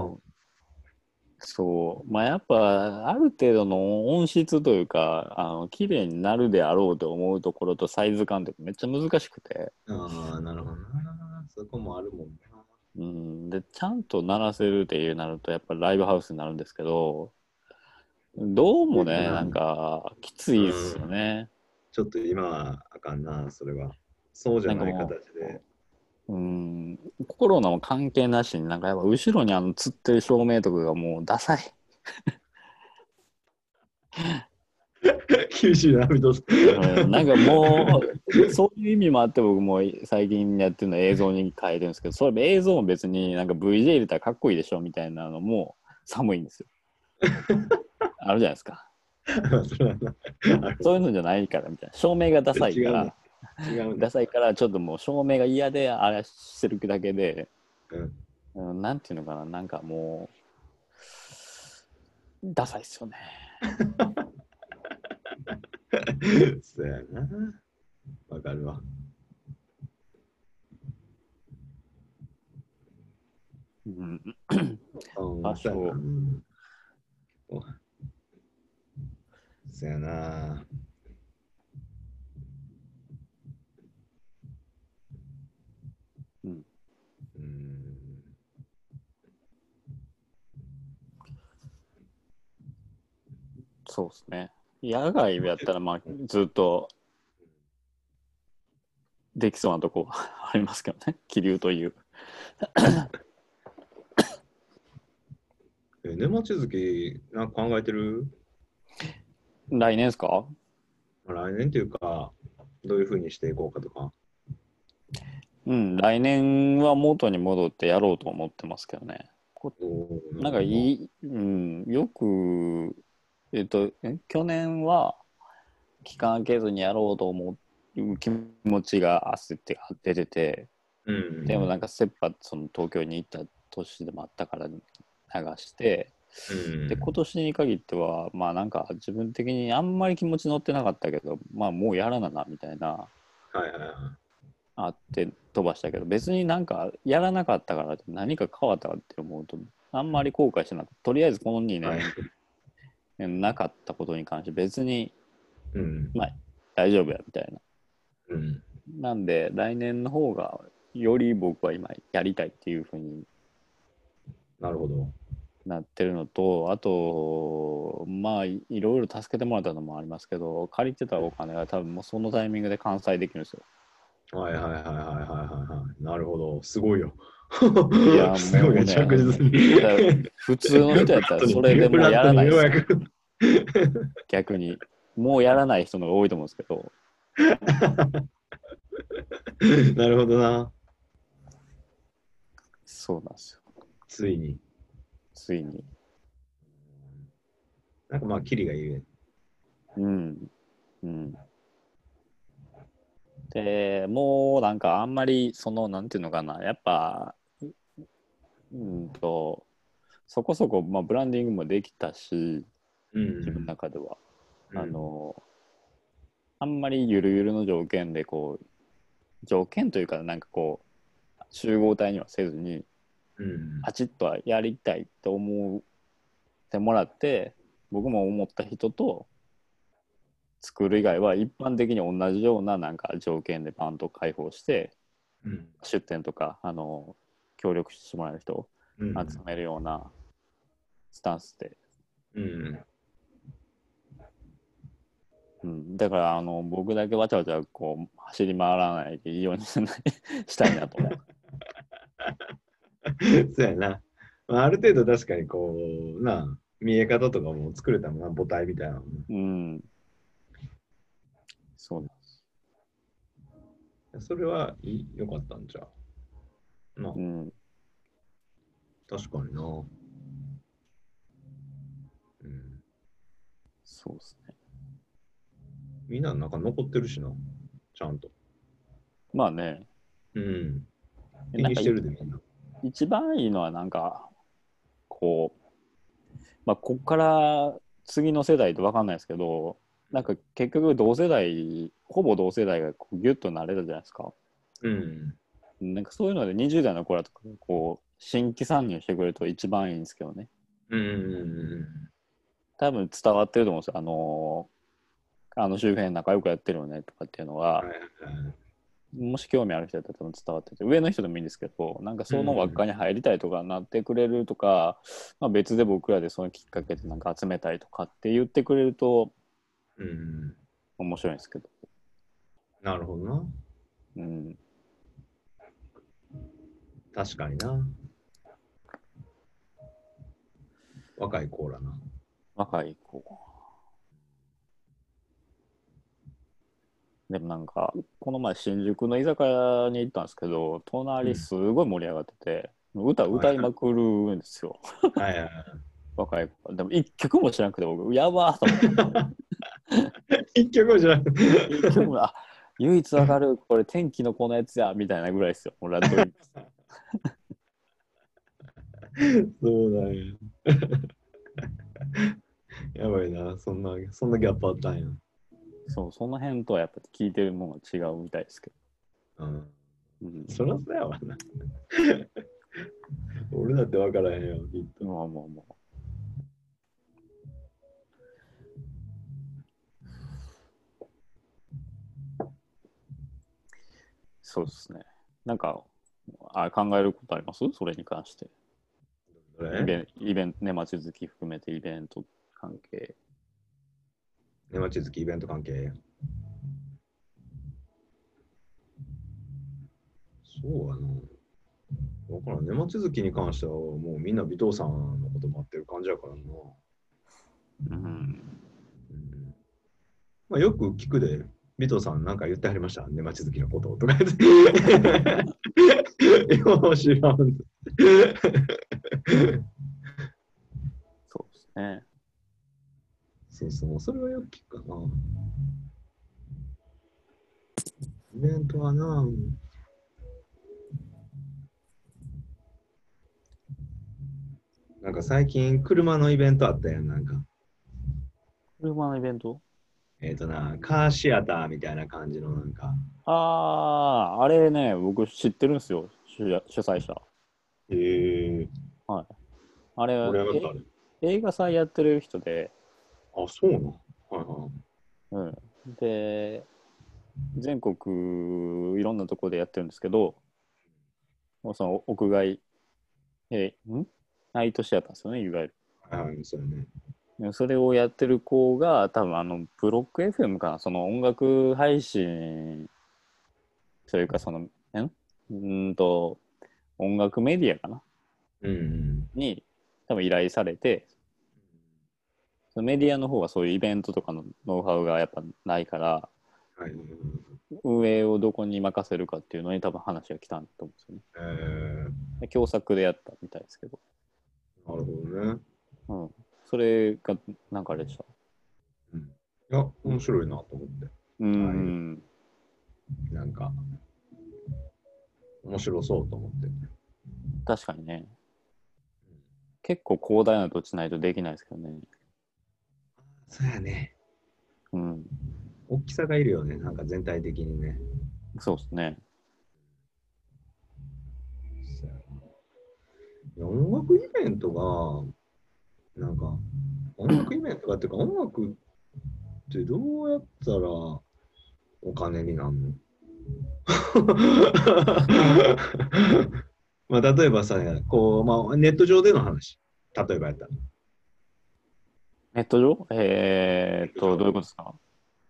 そう。まあやっぱ、ある程度の音質というか、あの綺麗になるであろうと思うところとサイズ感ってめっちゃ難しくて。 ああ、なるほどな。そこもあるもんな。 うん。で、ちゃんと鳴らせるっていうなると、やっぱりライブハウスになるんですけど、どうもね、なんか、きついですよね。 ちょっと今はあかんな、それは。そうじゃない形で。 うん、コロナも関係なしに、なんかやっぱ後ろにあのつってる照明とかがもうダサい。 厳しいな、みどさん。なんかもう、そういう意味もあって僕も最近やってるの映像に変えてるんですけど、それ映像も別になんか ブイジェー 入れたらかっこいいでしょみたいなのも寒いんですよ。あるじゃないですか。そういうのじゃないからみたいな。照明がダサいから、違う、ね、ダサいからちょっともう照明が嫌であれしてるだけで、うん、なんていうのかな、なんかもう、ダサいっすよね。 そうやな。わかるわ。 うん。 あ、そう。そうやな。 うん。うん。そうですね。野外やったら、まあ、ずっとできそうなとこありますけどね。気流という。 え、年末月、なんか考えてる？ 来年ですか？ 来年というか、どういうふうにしていこうかとか。 うん、来年は元に戻ってやろうと思ってますけどね。なんかいい、うん、よく、えっと、去年は期間空けずにやろうと思う気持ちが焦って出てて、うん、でもなんか切羽その東京に行った年でもあったから流して、うん、で今年に限ってはまあなんか自分的にあんまり気持ち乗ってなかったけど、まあもうやらななみたいな、はいはいはい、あって飛ばしたけど、別になんかやらなかったからって何か変わったかって思うとあんまり後悔してなくて、とりあえずこのにねん、はい、なかったことに関して別に、うん、まあ大丈夫やみたいな、うん、なんで来年の方がより僕は今やりたいっていうふうになるほどなってるのと、あとまあいろいろ助けてもらったのもありますけど、借りてたお金が多分もうそのタイミングで完済できるんですよ。はいはいはいはいはいはい。なるほど、すごいよ。いやすごいね、着実に。普通の人やったらそれでもうやらないですよ。逆にもうやらない人の方が多いと思うんですけど。なるほどな。そうなんですよ。 ついに。 ついに。 なんかまあ、キリが言う。 うん。うん。でもうなんかあんまりそのなんていうのかな、やっぱうんとそこそこまあブランディングもできたし、うん、自分の中では、うん、あのあんまりゆるゆるの条件でこう条件というかなんかこう集合体にはせずに、うん、パチッとはやりたいと思ってもらって、僕も思った人と作る以外は一般的に同じようななんか条件でバンと開放して、うん、出店とかあの協力してもらえる人を集めるようなスタンスで、うん、 うん、だからあの僕だけわちゃわちゃこう走り回らないでいいようにしたいなと思う。 そうやな。まあ、ある程度確かにこう、な、見え方とかも作れたもんな、母体みたいなの。 うん。そうです。それはい良かったんじゃ。な、 うん。 確かにな。うん。 そうですね。 みんななんか残ってるしな、ちゃんと。 まあね。 うん。気にしてるでみんな。 一番いいのはなんか、こう、まあ、こっから次の世代って分かんないですけど、なんか結局同世代、ほぼ同世代がこうギュッとなれたじゃないですか。 うん。 なんかそういうのでにじゅう代の子らとかこう新規参入してくれると一番いいんですけどね。 うん。 多分伝わってると思うんですよ。あのあの周辺仲良くやってるよねとかっていうのは、 はいはい、 もし興味ある人だったら多分伝わってて、上の人でもいいんですけど、なんかその輪っかに入りたいとかなってくれるとか、うん、まあ、別で僕らでそのきっかけでなんか集めたいとかって言ってくれると面白いんですけど。 うん、なるほどな。 うん。 確かにな。若い子らな。 若い子。でもなんか、この前新宿の居酒屋に行ったんですけど、隣すごい盛り上がってて、うん、歌歌いまくるんですよ。 はいはいはい。 若い子。でも一曲も知らなくて僕、やばーと思って。 一曲も知らなくて。 一曲も、あ、唯一わかる、これ天気のこのやつや、みたいなぐらいですよ。もうラッドウィンプス。 そうだよ。やばいな、そんな、そんなギャップあったんや。 そう、その辺とはやっぱ聞いてるものが違うみたいですけど。うん。 うん、 そりゃそうやわな。俺だって分からへんよ、きっと。 まあまあまあ。そうですね。なんか、あ考えることありますそれに関して。イベント、イベント、ね、街づき含めてイベント関係。 ね、街づきイベント関係。そうやな。だからね、街づきに関してはもうみんな尾藤さんのこと待ってる感じやからな。 うん。うん、 まあ、よく聞くで、尾藤さんなんか言ってはりましたね、街づきのこととか言って。よう知らん。 そうですね。 そうそう、それはよく聞くかな。イベントはな、なんか最近車のイベントあったやん、なんか。 車のイベントえっ、ー、とな、カーシアターみたいな感じのなんか。 ああ、あれね、僕知ってるんですよ、主主催者。 へえー。 はい。あれ、 俺は誰映画祭やってる人で。 あ、そうな。はいはい。 うん。で、全国いろんなところでやってるんですけど、その屋外、えー、んナイトシアターですよね、いわゆる。 はい、そうね。 それをやってる子が、多分あの、ブロック エフエム かな、その音楽配信というか、その、んうんと、音楽メディアかな、 うん、 に多分依頼されて、そのメディアの方はそういうイベントとかのノウハウがやっぱないから、 はい、 運営をどこに任せるかっていうのに多分話が来たんだと思うんですよね。えー、共作でやったみたいですけど。 なるほどね。 うん。それがなんかあれでした。 うん、いや、面白いなと思って。 うん。 なんか、面白そうと思って。 確かにね。結構広大な土地ないとできないですけどね。 そうやね。 うん。 大きさがいるよね、なんか全体的にね。 そうですね。 音楽イベントが、なんか、音楽イベントがっていうか、音楽ってどうやったらお金になるのまあ例えばさ、こう、まあ、ネット上での話、例えばやったら。 ネット上えー、っと、どういうことですか？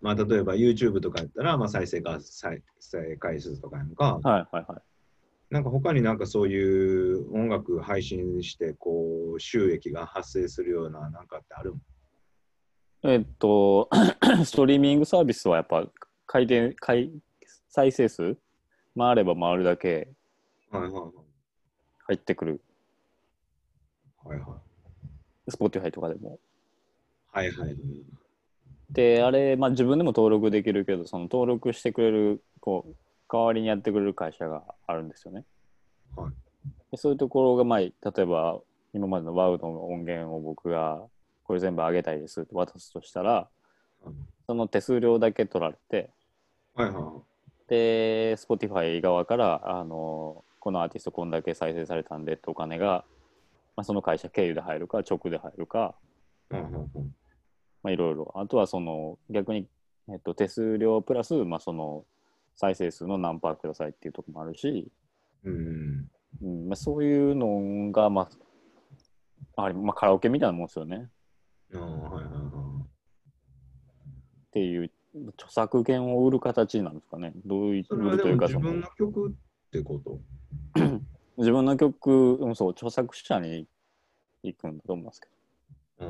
まあ、例えば YouTube とかやったら、まあ、再生回再生回数とかやんか。 はいはいはい。 なんか他になんかそういう音楽配信してこう収益が発生するようななんかってある？ えっと、ストリーミングサービスはやっぱ回転、回再生数回れば回るだけはいはいはい。 入ってくる。 はいはい。 Spotify とかでも。 はいはい。 で、あれ、まあ自分でも登録できるけど、その登録してくれる、こう、代わりにやってくれる会社があるんですよね。 はい。 でそういうところが、まあ、例えば、今までの ワウ の音源を僕が、これ全部上げたいですって渡すとしたら、その手数料だけ取られて、 はいはいはい。 で、Spotify 側から、あの、このアーティストこんだけ再生されたんでってお金が、まあ、その会社経由で入るか、直で入るか、 うんうんうん。 まあ、いろいろ。あとは、その、逆に、えっと、手数料プラス、まあ、その、再生数の何パーくださいっていうところもあるし、 うんうんまあ、そういうのが、まあ、あれ、まあ、カラオケみたいなもんですよね。 うん。ああ、はいはいはっていう、著作権を売る形なんですかね。どういい。それう、売るというか、 はでも自その、 分の曲ってこと？ 自分の曲、うんそう、著作者に行くんだと思いますけうん。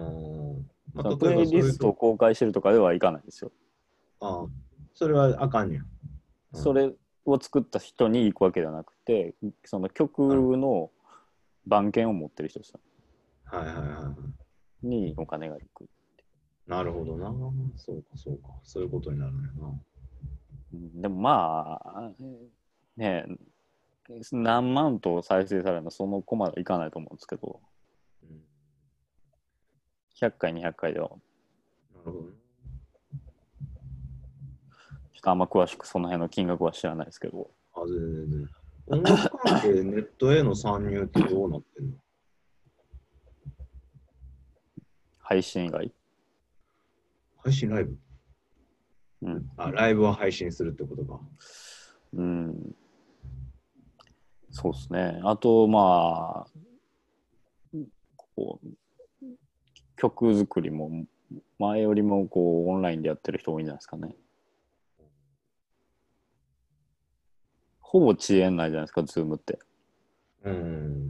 まど、そのあ、例えプレイリばそういうと、 ストを公開してるとかではいかないですよ。 ああ、それはあかんねや。うん。 それを作った人に行くわけではなくて、その曲なるほど。 の版権を持ってる人ですよはいはいはいはい。 にお金が行く。 なるほどな。そうかそうか。そういうことになるんやな。 うんでもまあ、ねえ、何万と再生されるのそのコマはいかないと思うんですけど、 うん。 ひゃっかい、にひゃっかいでは、ちょなるほどね。 っとあんま詳しくその辺の金額は知らないですけど、 あ、全然全然。音楽関係、ネットへの参入ってどうなってんの？ 配信以外。 配信ライブ？ うん。 あ、ライブを配信するってことか。 うん。そうですね。あと、まあ、こう、曲作りも前よりもこうオンラインでやってる人多いんじゃないですかね。ほぼ遅延ないじゃないですか、ズームって。 うん。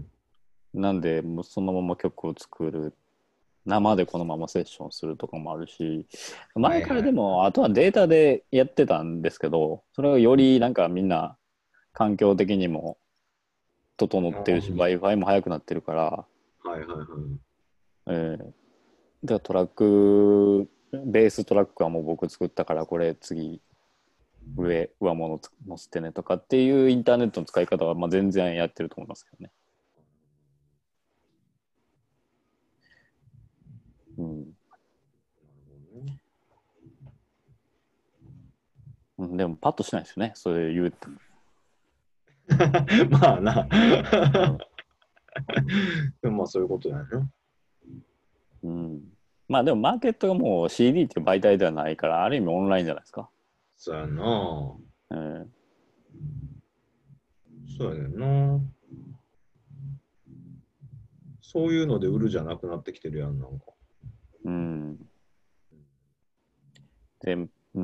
なんで、もうそのまま曲を作る。生でこのままセッションするとかもあるし、前からはいはい。 でも、あとはデータでやってたんですけど、それがよりなんかみんな環境的にも整あってるし、Wi-Fi も速くなってるから、 はいはいはい。 えー、でトラック、ベーストラックはもう僕作ったから、これ次上、上物載せてねとかっていうインターネットの使い方はまあ全然やってると思いますけどね。うん。うんでもパッとしないですよね、それ言うても。 まあな。 うんでもまあそういうことだよね。 うん、まあでもマーケットがもう シーディー っていう媒体ではないから、ある意味オンラインじゃないですか。 そうやな。 うん、 そうやねんな。そういうので売るじゃなくなってきてるやん、なんか。 うん、で、うん、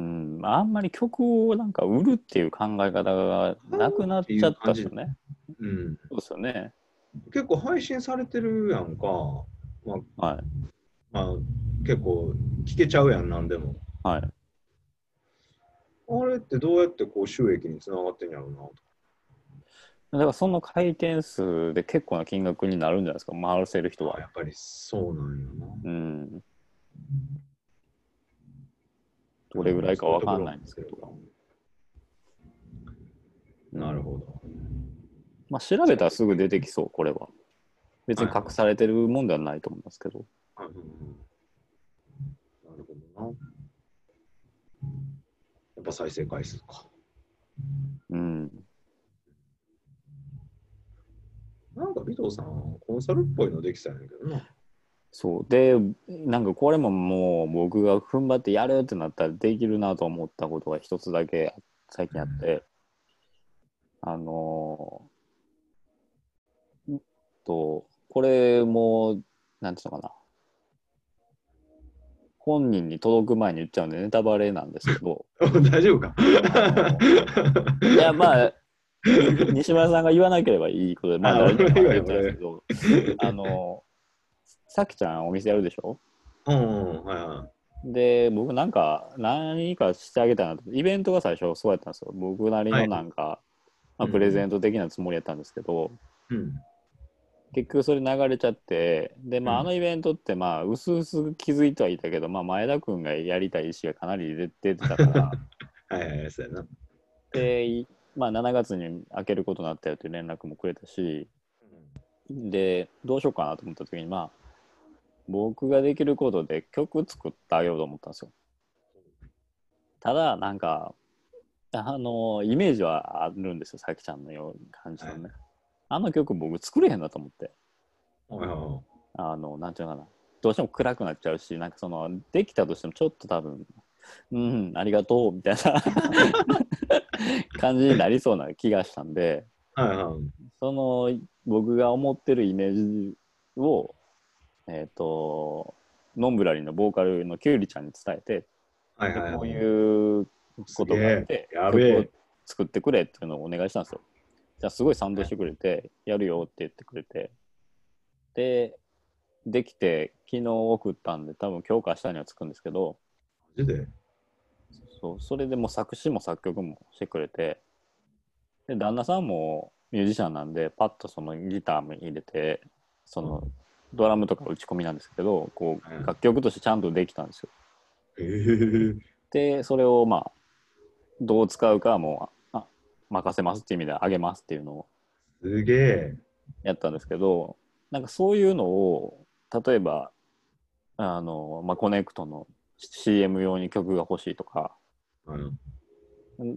あんまり曲をなんか売るっていう考え方がなくなっっていちゃったう感じ。 ですよね。 うん。 そうですよね。 結構配信されてるやんか。まあ、 はい。 まあ、結構聞けちゃうやん、なんでも。 はい。 あれってどうやってこう収益につながってんやろうなと。 だからその回転数で結構な金額になるんじゃないですか、回せる人は。 あ、やっぱりそうなんよな。 うん。どれぐらうん、 いかわかんそういうところをないんですけど。うん、 なるほど。 まあ調べたらすぐ出てきそう、これは。別に隠されてるもんではないと思いますけど。 はいはいはい、なるほどな。やっぱ再生回数か。 うん。 なんか尾藤さん、コンサルっぽいのできたんやけどな。 そう。で、なんかこれももう僕が踏ん張ってやるってなったらできるなと思ったことが一つだけ最近あって、あのー、と、これも、なんていうのかな。 本人に届く前に言っちゃうんでネタバレなんですけど大丈夫かいやまあ西村さんが言わなければいいことでまあ誰にも言ったんですけどあのさきちゃんお店やるでしょ。 うん、はいはい。 で僕なんか何かしてあげたいなとイベントが最初そうやったんですよ。僕なりのなんか、はいまあ、プレゼント的なつもりやったんですけど、うん、結局それ流れちゃってで、まあ、あのイベントってまあうすうす気づいてはいたけど、まあ、前田君がやりたい意思がかなり出てたからはいはいそうやな。 で、まあ、しちがつに開けることになったよという連絡もくれたしでどうしようかなと思った時にまあ僕ができることで曲作ってあげようと思ったんですよ。ただなんかあのイメージはあるんですよさきちゃんのような感じのね、はい、あの曲僕作れへんなと思って、はい、あのなんていうのかなどうしても暗くなっちゃうしなんかそのできたとしてもちょっと多分うんありがとうみたいな感じになりそうな気がしたんで、はいはい、その僕が思ってるイメージをえっ、ー、とノンブラリンのボーカルのキュウリちゃんに伝えて、はいはいはい、こういうことがあって曲を作ってくれっていうのをお願いしたんですよ。じゃあすごい賛同してくれて、はい、やるよって言ってくれてでできて昨日送ったんで多分今日か明日には着くんですけどマジでそうそれでもう作詞も作曲もしてくれてで旦那さんもミュージシャンなんでパッとそのギターも入れてその、うんドラムとか打ち込みなんですけどこう楽曲としてちゃんとできたんですよ。へーでそれをまあどう使うかはもうあ任せますっていう意味であげますっていうのをすげえやったんですけどなんかそういうのを例えばあの、まあ、コネクトの シーエム 用に曲が欲しいとか、うん、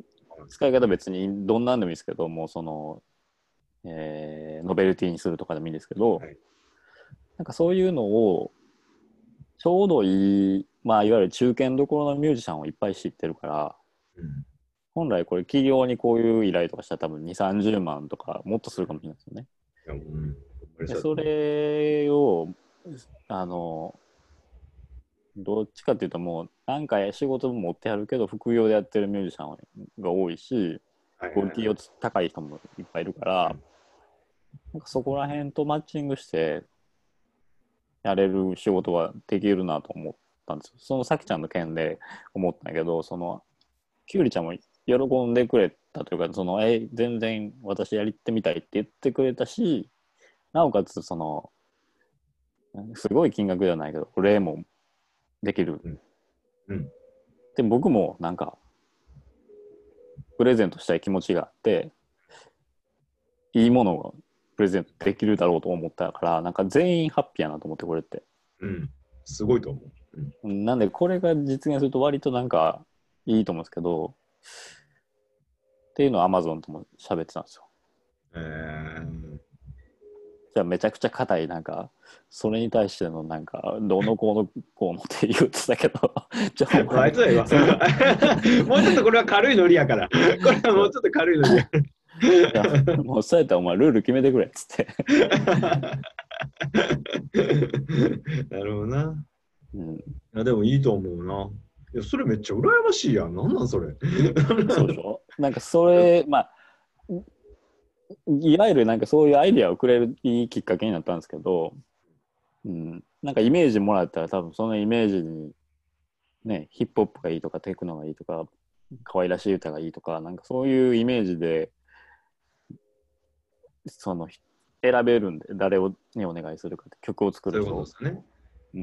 使い方別にどんなんでもいいですけどもうその、えー、ノベルティにするとかでもいいんですけど、はいなんかそういうのをちょうどいい、まあ、いわゆる中堅どころのミュージシャンをいっぱい知ってるから、うん、本来これ企業にこういう依頼とかしたら多分にじゅう、さんじゅうまんとかもっとするかもしれないですよね。うん、でそれをあのどっちかっていうともうなんか仕事も持ってやるけど副業でやってるミュージシャンが多いし、クオリティ高い人もいっぱいいるから、なんかそこら辺とマッチングしてやれる仕事はできるなと思ったんですよ。そのさきちゃんの件で思ったんだけど、そのきゅうりちゃんも喜んでくれたというか、そのえ全然私やりてみたいって言ってくれたし、なおかつそのすごい金額じゃないけど、お礼もできる。うんうん、で僕もなんかプレゼントしたい気持ちがあって、いいものがプレゼントできるだろうと思ったから、なんか全員ハッピーやなと思ってこれって。 うん、すごいと思う。 うん、なんでこれが実現すると割となんかいいと思うんですけど、っていうのを Amazon とも喋ってたんですよ。えー、じゃあめちゃくちゃ硬いなんかそれに対してのなんかどうのこうのこうのって言ってたけど、 じゃああいつはもうちょっとこれは軽いノリやから、これはもうちょっと軽いノリやから。 いやもうそうやったらお前ルール決めてくれっつってなるほどな、うん、いやでもいいと思うな。いやそれめっちゃ羨ましいやん。なんなんそれそうでしょ。なんかそれまあいわゆるなんかそういうアイディアをくれるいいきっかけになったんですけど、うん、なんかイメージもらったら多分そのイメージにねヒップホップがいいとかテクノがいいとか可愛らしい歌がいいとかなんかそういうイメージでその選べるんで誰をにお願いするかって曲を作るとそういうことですね、 うん、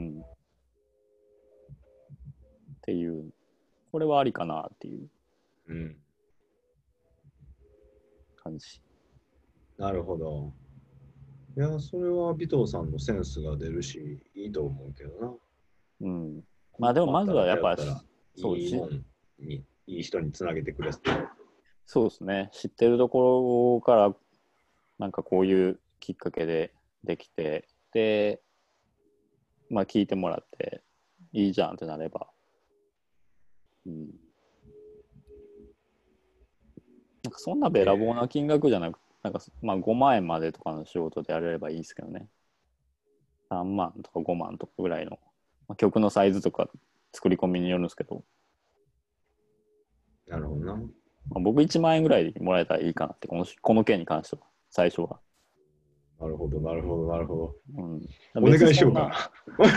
っていうこれはありかなっていう感じ、 うん、なるほど。いやそれは尾藤さんのセンスが出るしいいと思うけどな。 うん、まあでもまずはやっぱそういいもんにいい人につなげてくれそうですね。知ってるところからなんかこういうきっかけでできてでまあ聞いてもらっていいじゃんってなれば、うん、なんかそんなべらぼうな金額じゃなくなんかまあごまん円までとかの仕事でやれればいいですけどね。さんまんとかごまんとかぐらいの、まあ、曲のサイズとか作り込みによるんですけど。 なるほどな。まあ、僕いちまん円ぐらいもらえたらいいかなって、このこの件に関しては、最初は。 なるほど、なるほど、なるほど。 うん、 お願いしようかな。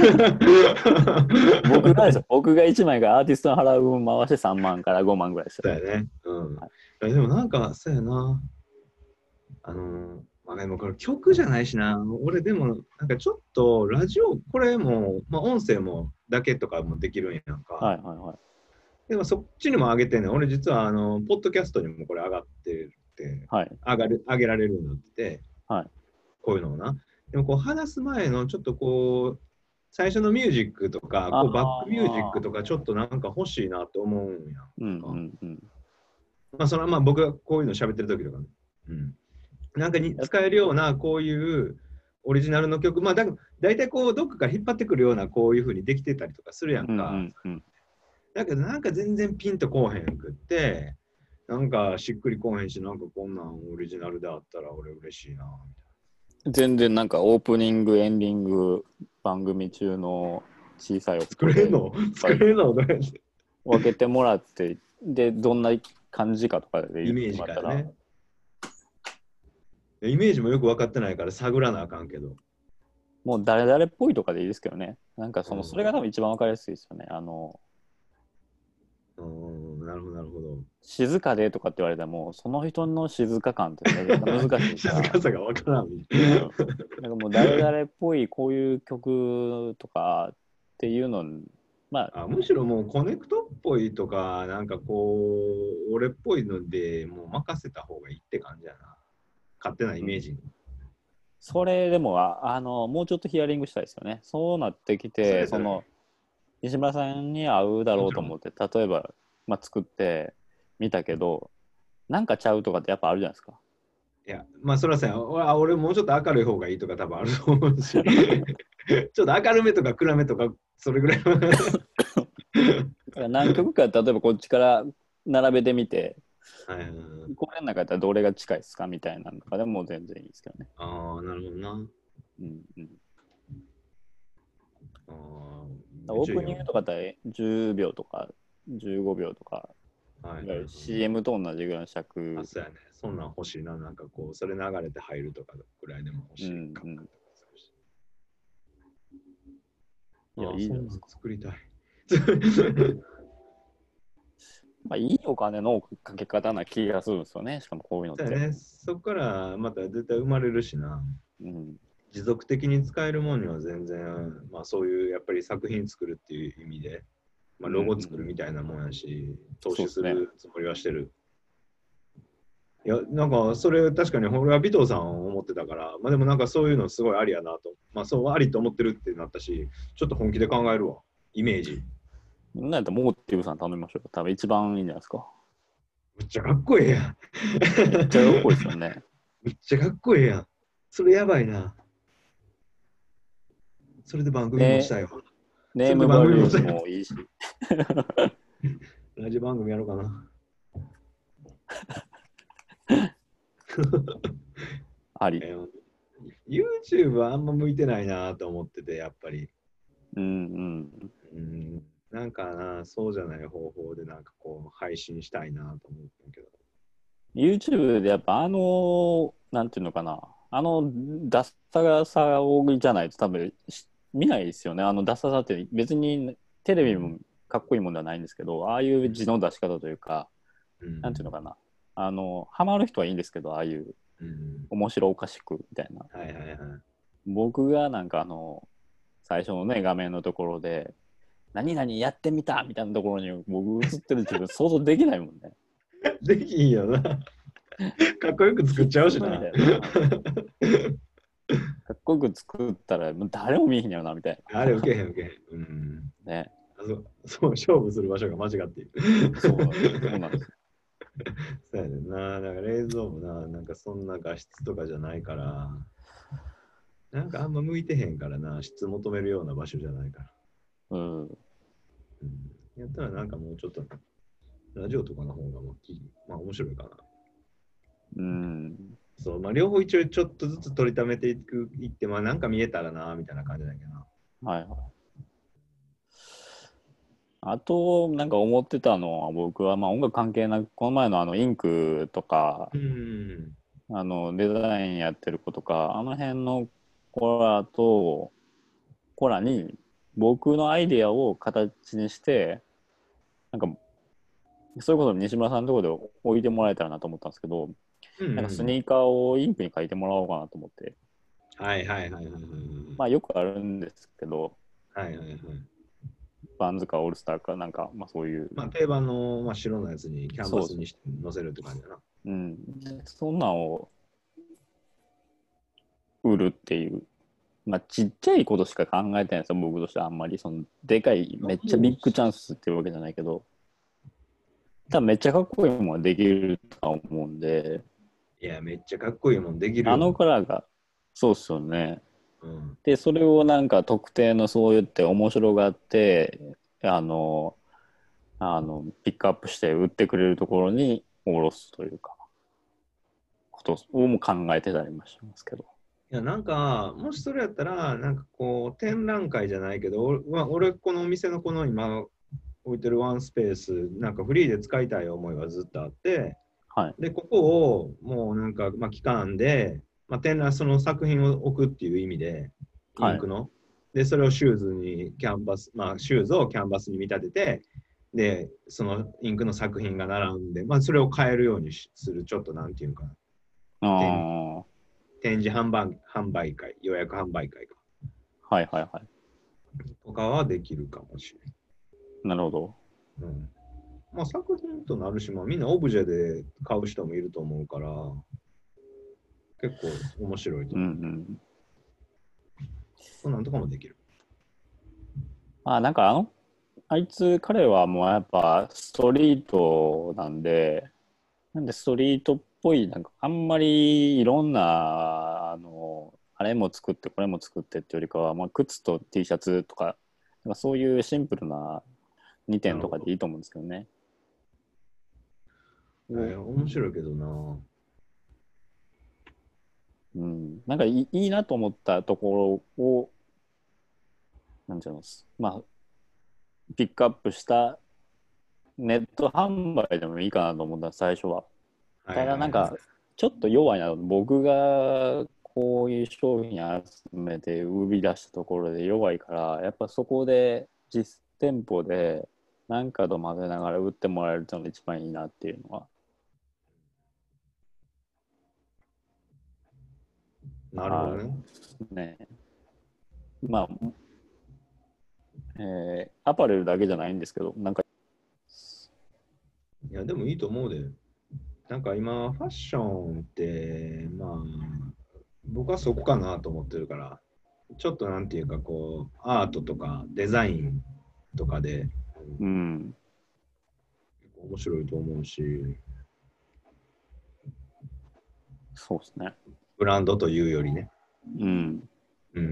僕がですよ、僕がいちまん円からアーティストの払う分回してさんまんからごまんぐらいですよ。 そうやね。うん。はい、でもなんか、そうやな。あのー、まあでもこれ曲じゃないしな。俺でも、なんかちょっとラジオ、これも、まあ音声もだけとかもできるんやんか。 はいはいはい。 でもそっちにも上げてんねん。俺実はあの、ポッドキャストにもこれ上がってるって、はい、上がる、上げられるようになってて、 はい、 こういうのをな。でもこう話す前のちょっとこう、最初のミュージックとか、こうバックミュージックとかちょっとなんか欲しいなと思うんや。 うんうんうん。 まあそれはまあ僕がこういうの喋ってる時とかね。うん。なんかに使えるようなこういうオリジナルの曲、まあだ大体こうどっかから引っ張ってくるようなこういう風にできてたりとかするやんか。うんうんうん、だけどなんか全然ピンとこうへんくって、なんかしっくりこうへんし、なんかこんなんオリジナルであったら俺嬉しいなみたいな。全然なんかオープニング、エンディング、番組中の小さい音作れんの作れんの分けてもらって、で、どんな感じかとかでイメージからね。イメージもよく分かってないから探らなあかんけど。 もう誰々っぽいとかでいいですけどね。なんかその、うん、それが多分一番分かりやすいですよね。あの、 うん、なるほどなるほど。 静かでとかって言われても、その人の静か感って難しいから。 静かさが分からん。うん、 なんかもう誰々っぽいこういう曲とかっていうの、まあ、あむしろもうコネクトっぽいとか、なんかこう、俺っぽいのでもう任せた方がいいって感じやな。勝手なイメージに。うん、 それでもああのもうちょっとヒアリングしたいですよね。そうなってきて、その西村さんに合うだろうと思って、例えば、まあ、作ってみたけど、なんかちゃうとかってやっぱあるじゃないですか。 いや、まあそれはさ、俺もうちょっと明るい方がいいとか多分あると思うし、ちょっと明るめとか暗めとか、それぐらいは。だから何曲か例えばこっちから並べてみて、 はいはいはい、 これの中だったらどれが近いですかみたいなのとかでも全然いいですけどね。 ああ、なるほどな。うんうん。 あオープニングとかだったらじゅうびょうとかじゅうごびょうとか、はいはいはい、シーエム と同じぐらいの尺。 あ、そうやね。そんなん欲しいな。なんかこう、それ流れて入るとかぐらいでも欲しい。うんうん、いや、いいじゃないですか。作りたい。 まあ、いいお金のかけ方な気がするんですよね。しかもこういうのって。 ね、そこからまた絶対生まれるしな。うん、持続的に使えるものには全然、まあそういうやっぱり作品作るっていう意味で、まあ、ロゴ作るみたいなもんやし、うん、投資するつもりはしてる。いや、なんかそれ確かに俺は尾藤さんを思ってたから、まあでもなんかそういうのすごいありやなと。まあそうありと思ってるってなったし、ちょっと本気で考えるわ。イメージ。 なんやったらモーティブさん頼みましょう。多分一番いいんじゃないですか。 めっちゃかっこええやん。 めっちゃかっこいいですよね。 めっちゃかっこええやん。それやばいな。それで番組もしたいわ。 ネームバリューもいいし。 ラジオ番組やろうかな。 あり。 YouTube はあんま向いてないなと思ってて、やっぱり。 うんうん。 うんなんかな、そうじゃない方法でなんかこう配信したいなと思ったけど。 YouTube でやっぱあの、なんていうのかな、あのダッサさじゃないと多分見ないですよね。あのダッサさって別にテレビもかっこいいもんではないんですけど、ああいう字の出し方というか、うん、なんていうのかな、あの、ハマる人はいいんですけど、ああいう、うん、面白おかしくみたいな。 はいはいはい、 僕がなんかあの、最初のね、画面のところで、何々やってみたみたいなところに僕映ってる自分想像できないもんね。 できんよな。かっこよく作っちゃうしな。 かっこよく作ったらもう誰も見えへんやろなみたいな。 あれ受けへん受けへん。うん、 ね。 そうそう勝負する場所が間違っている。 そうなんです。 そうやねんな。なんか冷蔵もな、なんかそんな画質とかじゃないから、なんかあんま向いてへんからな、質求めるような場所じゃないから。うん。うん、やったらなんかもうちょっとラジオとかの方がもうまあ面白いかな。うん。そう、まあ両方一応ちょっとずつ取りためていくいって、まあなんか見えたらなみたいな感じだけどな。 はいはい。 あと、なんか思ってたのは、僕はまあ音楽関係なく、この前のあのインクとか、 うん。 あのデザインやってる子とか、あの辺の子らと、子らに僕のアイデアを形にして、なんか、それこそ西村さんのところで置いてもらえたらなと思ったんですけど、 うんなんかスうん。 ニーカーをインクに書いてもらおうかなと思って、 はいはいはいはいはい。 まあよくあるんですけど、 はいはいはい。 バンズかオールスターかなんか、まあそういう、 まあ定番の、まあ、白のやつにキャンバそうそう、 スにして載せるって感じだな。 うん、そんなんを売るっていう、まあちっちゃいことしか考えてないんですよ、僕としてはあんまり、そのでかい、めっちゃビッグチャンスっていうわけじゃないけど、多分めっちゃかっこいいものができると思うんで、 いや、めっちゃかっこいいもんできるあのよ。 子らが、そうっすよね。 うん。 で、それをなんか特定のそう言って面白がって、あの、あの、ピックアップして売ってくれるところに下ろすというか、ことをも考えてたりもしますけど。 いや、なんか、もしそれやったら、なんかこう、展覧会じゃないけど、俺、まあ俺このお店のこの今置いてるワンスペース、なんかフリーで使いたい思いがずっとあって、 はい。 で、ここをもうなんか、まあ、期間で、まあ、展覧、その作品を置くっていう意味で、イはい。 ンクの。で、それをシューズに、キャンバス、まあ、シューズをキャンバスに見立てて、で、そのインクの作品が並んで、まあ、それを買えるようにする、ちょっとなんていうかな、 あ展あ、は展示販売販売会、予約販売会かいはいはい。 とかはできるかもしなるほど。 れない。うん。まあ、作品となるし、まあ、みんなオブジェで買う人もいると思うから、結構面白いとうんう思う。 ん。 そんなんとかもできる。 あ、なんかあの、あいつ、彼はもうやっぱストリートなんで、なんでストリートっぽい、なんかあんまりいろんな、あの、あれも作ってこれも作ってっていうよりかは、まあ、靴と T シャツとか、なんかそういうシンプルなにてんとかなるほど。 でいいと思うんですけどね。 えー、面白いけどな。 うん、なんかいい、いいなと思ったところを、なんていうの、まあ、ピックアップしたネット販売でもいいかなと思った最初は。 はいただなんか、 はいはい。 ちょっと弱いな、僕がこういう商品集めて売り出したところで弱いから、やっぱそこで実店舗で何かと混ぜながら売ってもらえるのが一番いいなっていうのは。あなるほどね。 ね。まあ、えーアパレルだけじゃないんですけど、なんか、 いや、でもいいと思うで。なんか今、ファッションって、まあ、僕はそこかなと思ってるから、ちょっとなんていうか、こう、アートとかデザインとかで、 うん、 うん、面白いと思うし、 そうですね。 ブランドというよりね。 うん、 うん。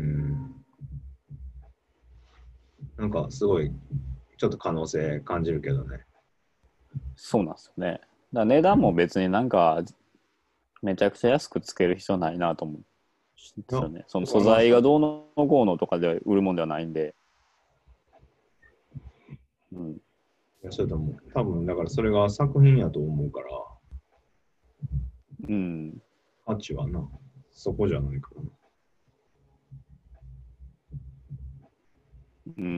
なんかすごい、ちょっと可能性感じるけどね。 そうなんですよね。だから値段も別になんか、めちゃくちゃ安くつける必要ないなと思うんですよね。その素材がどうのこうのとかで売るもんではないんで。うん、 いや、それとも、多分だからそれが作品やと思うから、 うん、 価値はな、そこじゃないからな。 うん。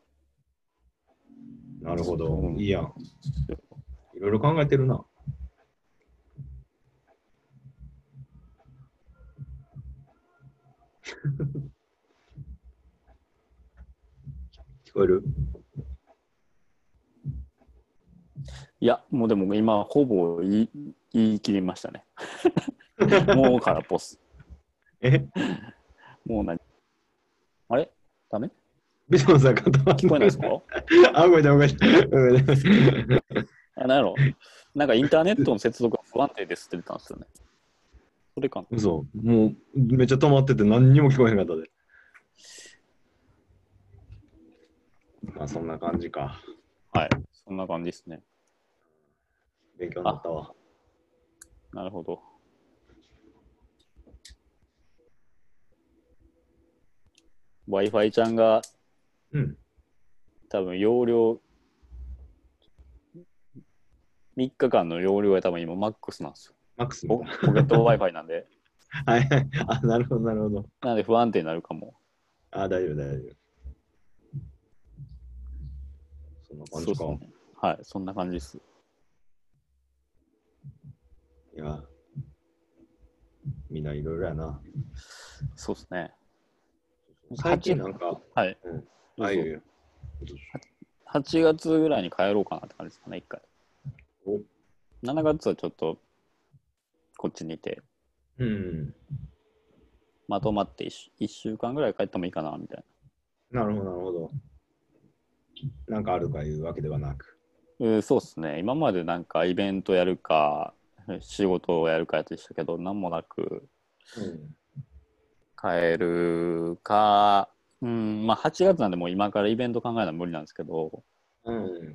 なるほど。 うん、 いいやん。いろいろ考えてるな。聞こえる？ いや、もうでも今、ほぼ言い言い切りましたね。もうからポス。 えもう何あれダメビジョンさん、固まって聞こえないですか？ あ、ごめんなさい、ごめんなさい。 あ、なんやろなんかインターネットの接続が不安定ですって出たんですよね。それかな。 嘘。もうめっちゃ止まってて何にも聞こえへんかったで。まあそんな感じか。 はい。そんな感じですね。 勉強になったわ。 なるほど。Wi-Fi ちゃんがうん。 多分容量、みっかかんの容量が多分今マックスなんですよ。 マックスポポケット Wi-Fi なんで。 はいはい。あ、なるほど、なるほど。 なので不安定になるかも。 あ、大丈夫、大丈夫。そんな感じか。 ね、はい、そんな感じです。 いや、みんないろいろやな。 そうですね。 最近なんか、 はい。 うん、あ、いいよ。 はちがつぐらいに帰ろうかなって感じですかね、一回。おしちがつはちょっとこっちにいて、 うん、 まとまっていっしゅうかんぐらい帰ってもいいかなみたいな。なるほど、なるほど。なんかあるかいうわけではなく。 うそうですね。今までなんかイベントやるか、仕事をやるかでしたけど、なんもなく、うん、帰るか、うん、まあはちがつなんでもう今からイベント考えるのは無理なんですけど、うん、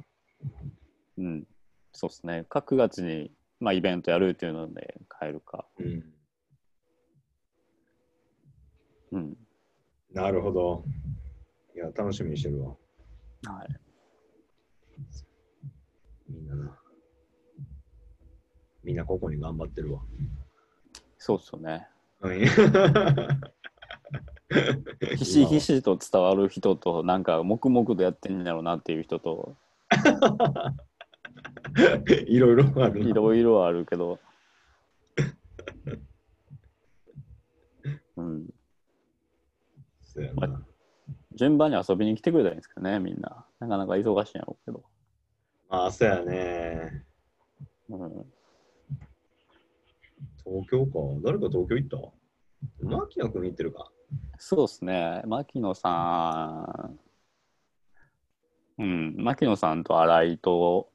うん、そうですね。くがつに、まあ、イベントやるっていうので帰るか。うん。 うん、なるほど。いや、楽しみにしてるわ。はい。みんなな。みんなここに頑張ってるわ。 そうっすよね。ひしひしと伝わる人と、なんか黙々とやってんだろうなっていう人と、 いろいろある。 いろいろあるけど、うん。そうやな、まあ。順番に遊びに来てくれたらいいんですけどね、みんな。なかなか忙しいんやろうけど。 まあ、そうやね。うん。東京か。誰か東京行った？牧野君行ってるか。 そうですね。牧野さん、うん、牧野さんと新井と、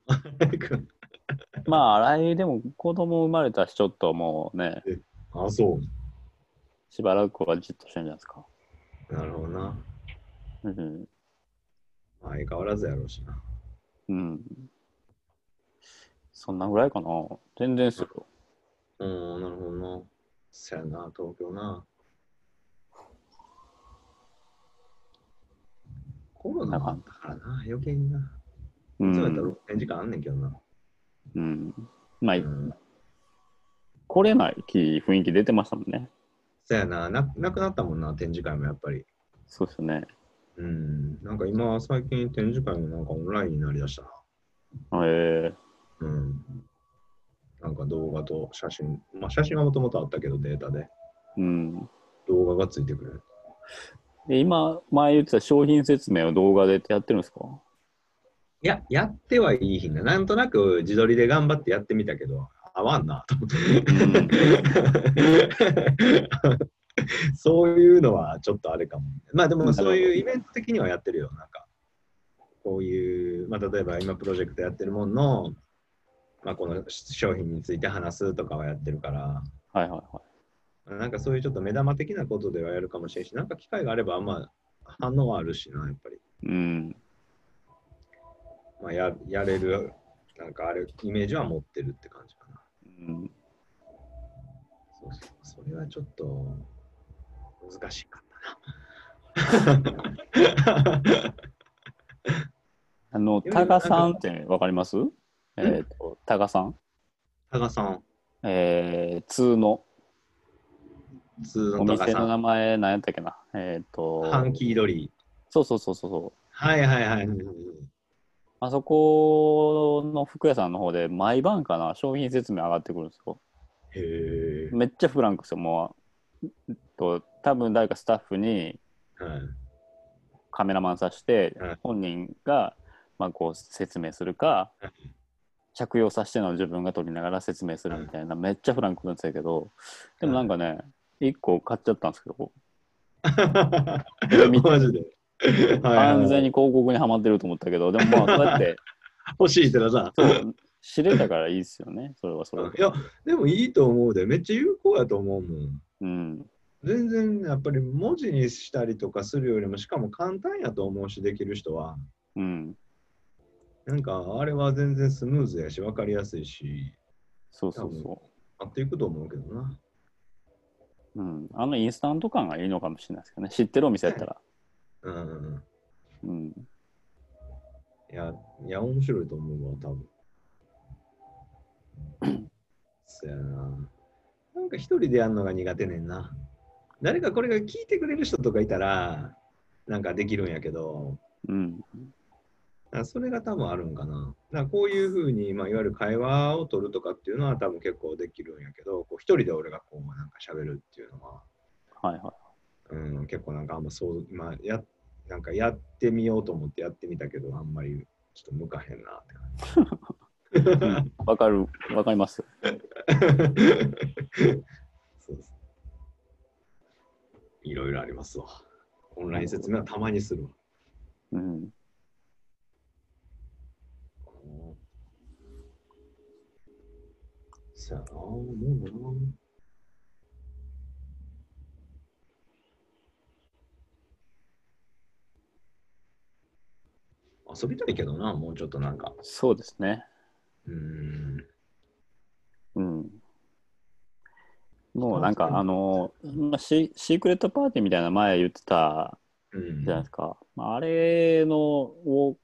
まあ、新井でも子供生まれたし、ちょっともうね、 あ、そう。 しばらくはじっとしてるんじゃないですか。 なるほどな。 うん。 相変わらずやろうしな。 うん。そんなぐらいかな。全然するよ。 うん、なるほどな。そやな、東京な。コロナもあったからな、余計にな。いつもやったら展示会あんねんけどな。 うん。まあ、うん、来れない雰囲気出てましたもんね。 そやな、な、なくなったもんな、展示会もやっぱり。 そうですね。 うん。なんか今、最近展示会もなんかオンラインになりだしたな。へえー。うん。なんか動画と写真、まあ写真はもともとあったけどデータで。 うん。 動画がついてくる。 で今、前言ってた商品説明を動画でやってるんですか？ いや、やってはいい日な。なんとなく自撮りで頑張ってやってみたけど、合わんなと思って。そういうのはちょっとあれかも。まあでもそういうイベント的にはやってるよ。なんか、こういう、まあ例えば今プロジェクトやってるもんの、まあこの商品について話すとかはやってるから。 はいはいはい。 なんかそういうちょっと目玉的なことではやるかもしれないし、なんか機会があれば、まあ反応はあるしな、やっぱり。 うん。 まあや、やれる、なんかあれ、イメージは持ってるって感じかな。うん。そうそう。それはちょっと難しかったな。 あの、タガさんってわかります？えっと、タガさん。 タガさん。 えー、通の。 通のお店の名前何やったっけな。えっ、ー、と。 ハンキードリー。 そうそうそうそう。 はいはいはい。 あそこの服屋さんの方で毎晩かな、商品説明上がってくるんですよ。 へめっちゃフランクですよ。もう、と多分誰かスタッフにカメラマンさして、はい、本人が、まあ、こう説明するか、はい、着用させての自分が撮りながら説明するみたいな、はい、めっちゃフランクなんですけど、でもなんかね、いっこ買っちゃったんですけど、マジで完全に広告にはまってると思ったけど、でもまあそうやって欲しいってなさ、 そう知れたからいいですよね、それはそれで。 いや、でもいいと思うで、めっちゃ有効やと思うもん。うん、全然やっぱり文字にしたりとかするよりも、しかも簡単やと思うし、できる人は。うん。なんかあれは全然スムーズやし、分かりやすいし。 そうそうそう。 合っていくと思うけどな。 うん。あのインスタント感がいいのかもしれないですけどね。知ってるお店やったら。うん。うん。 いや、いや、面白いと思うわ、多分。そうやな。なんか一人でやるのが苦手ねんな。誰かこれが聞いてくれる人とかいたら、なんかできるんやけど、 うん。 それが多分あるんかな。だからこういうふうに、まあ、いわゆる会話を取るとかっていうのは多分結構できるんやけど、こう一人で俺がこうなんか喋るっていうのは、 はいはい。 うん、結構なんかあんまそう、まあ、や、なんかやってみようと思ってやってみたけど、あんまりちょっと向かへんなって感じ。 わかる、わかります。 そうです。いろいろありますわ。オンライン説明はたまにするわ。 うん。 そうやな、思うな。遊びたいけどな、もうちょっとなんか。 そうですね。 うーん。 うん。もうなんかあの、まあ、シ, シークレットパーティーみたいな前言ってたじゃないですか。うん、あれのを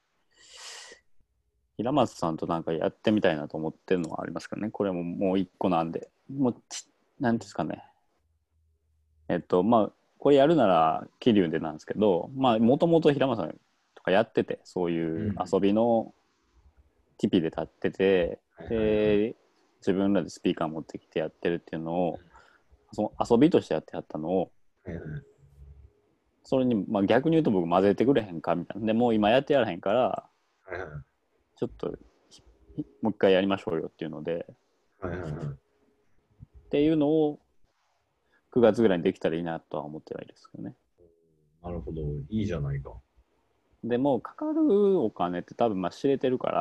平松さんとなんかやってみたいなと思ってるのはありますかね。これももう一個なんで。もうち、なんですかね。えっと、まあ、これやるなら桐生でなんですけど、まあ、もともと平松さんとかやってて、そういう遊びのティピで立ってて、うん、で、自分らでスピーカー持ってきてやってるっていうのを、その遊びとしてやってやったのを、うん、それに、まあ、逆に言うと僕混ぜてくれへんかみたいな。でもう今やってやらへんから、うん、ちょっともう一回やりましょうよっていうので、うん、っていうのをくがつぐらいにできたらいいなとは思ってはいるんですけどね。 なるほど、いいじゃないか。 でもかかるお金って多分まあ知れてるから、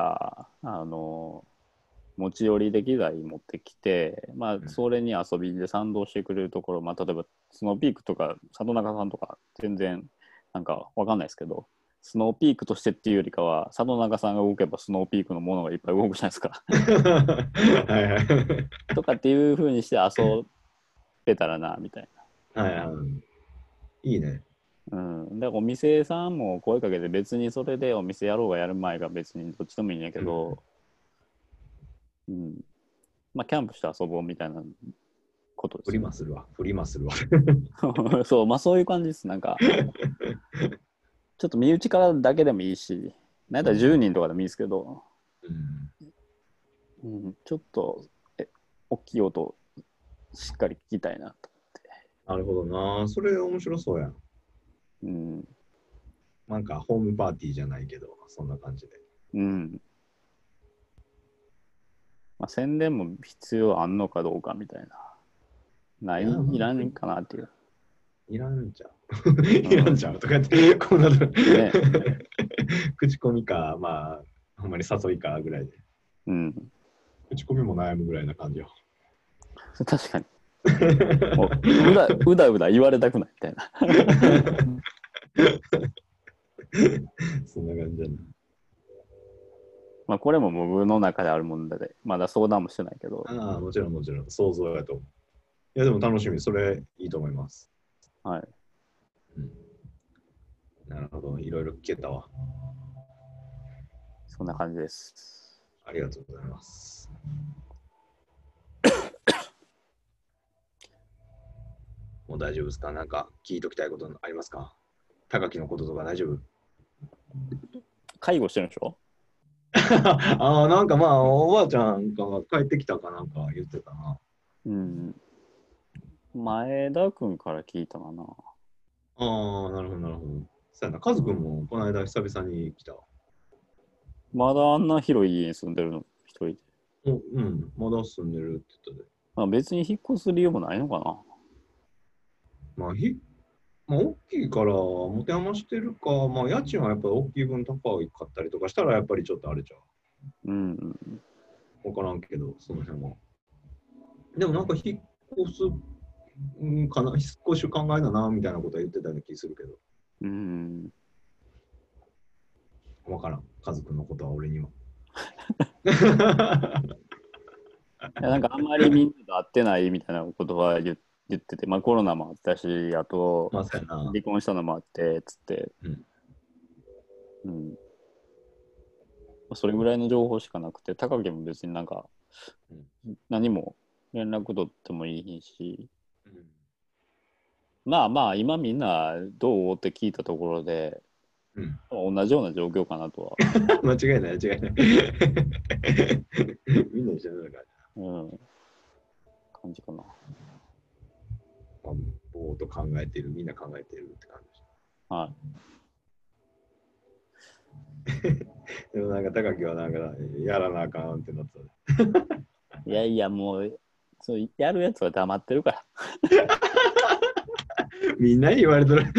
あの持ち寄りで機材持ってきて、まあ、それに遊びで賛同してくれるところ、まあ、例えばスノーピークとか里中さんとか全然なんか分かんないですけど、スノーピークとしてっていうよりかは里中さんが動けばスノーピークのものがいっぱい動くじゃないですかはいはいとかっていう風にして遊べたらなみたいな。はいはい。いいね。 うん、だからお店さんも声かけて別にそれでお店やろうがやる前が別にどっちでもいいんやけど、うん、うん、まあキャンプして遊ぼうみたいなことです。 振りまするわ、振りまするわ。 そう、まあそういう感じです。なんか、ちょっと身内からだけでもいいし、なんだじゅうにんとかでもいいですけど、うんうん、ちょっとえ大きい音しっかり聞きたいなと思って。 なるほどな、それ面白そうやん。うん。なんかホームパーティーじゃないけど、そんな感じで。 うん。まあ、宣伝も必要あんのかどうかみたいな。ない、いらんかなっていう。 いらんじゃん。いらんじゃんとかって、こんなの、ね、口コミか、まあ、ほんまに誘いかぐらいで。うん。口コミも悩むぐらいな感じよ。 確かに。もううだうだうだ言われたくないみたいな。 そんな感じだな。 まあこれも僕の中である問題で、まだ相談もしてないけど。 ああ、もちろんもちろん、想像やと思う。いや、でも楽しみ、それいいと思います。 はい。 うん、なるほど、いろいろ聞けたわ。 そんな感じです。 ありがとうございます。もう大丈夫ですか？なんか聞いときたいことありますか？高木のこととか大丈夫？ 介護してるんでしょ？ ああ、なんかまあ、おばあちゃんが帰ってきたかなんか言ってたな。 うん。前田君から聞いたかな。 ああ、なるほど、なるほど。そうやな、カズ君もこの間久々に来た。 まだあんな広い家に住んでるの、一人で。 おうん、まだ住んでるって言ったで。 まあ、別に引っ越す理由もないのかな。 まあ、ひまあ、大きいから持て余してるか、まあ、家賃はやっぱり大きい分高いかったりとかしたら、やっぱりちょっとあれちゃう。うん。わからんけど、その辺は。でもなんか引っ越す、うん、かな、引っ越し考えだな、みたいなことは言ってたような気するけど。うん。わからん。カズ君のことは俺には。 いやなんかあんまりみんなと会ってないみたいなことは言言ってて、まあコロナもあったし、あと離婚したのもあってつって、うんうん、 それぐらいの情報しかなくて、高木も別になんか、 うん、 何も連絡取ってもいいし、 うん、 まあまあ、今みんなどうって聞いたところで、うん、同じような状況かなとは。 間違いない、間違いない。みんな一緒だから。うん。 感じかな。 まあ、ぼーっと考えてる、みんな考えてるって感じ。 はい。 でもなんか高木はなんかやらなあかんってなってた。 いやいやもうそうやるやつは黙ってるから。 みんなに言われてる。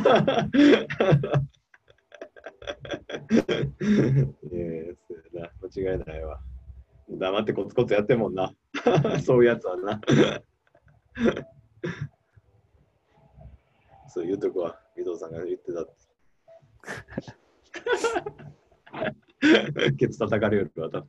いやいやそうやな、間違いないわ。黙ってコツコツやってんもんな。そういうやつはな。そういうとこは、尾藤さんが言ってたって。ケツ叩かれるわ、多分。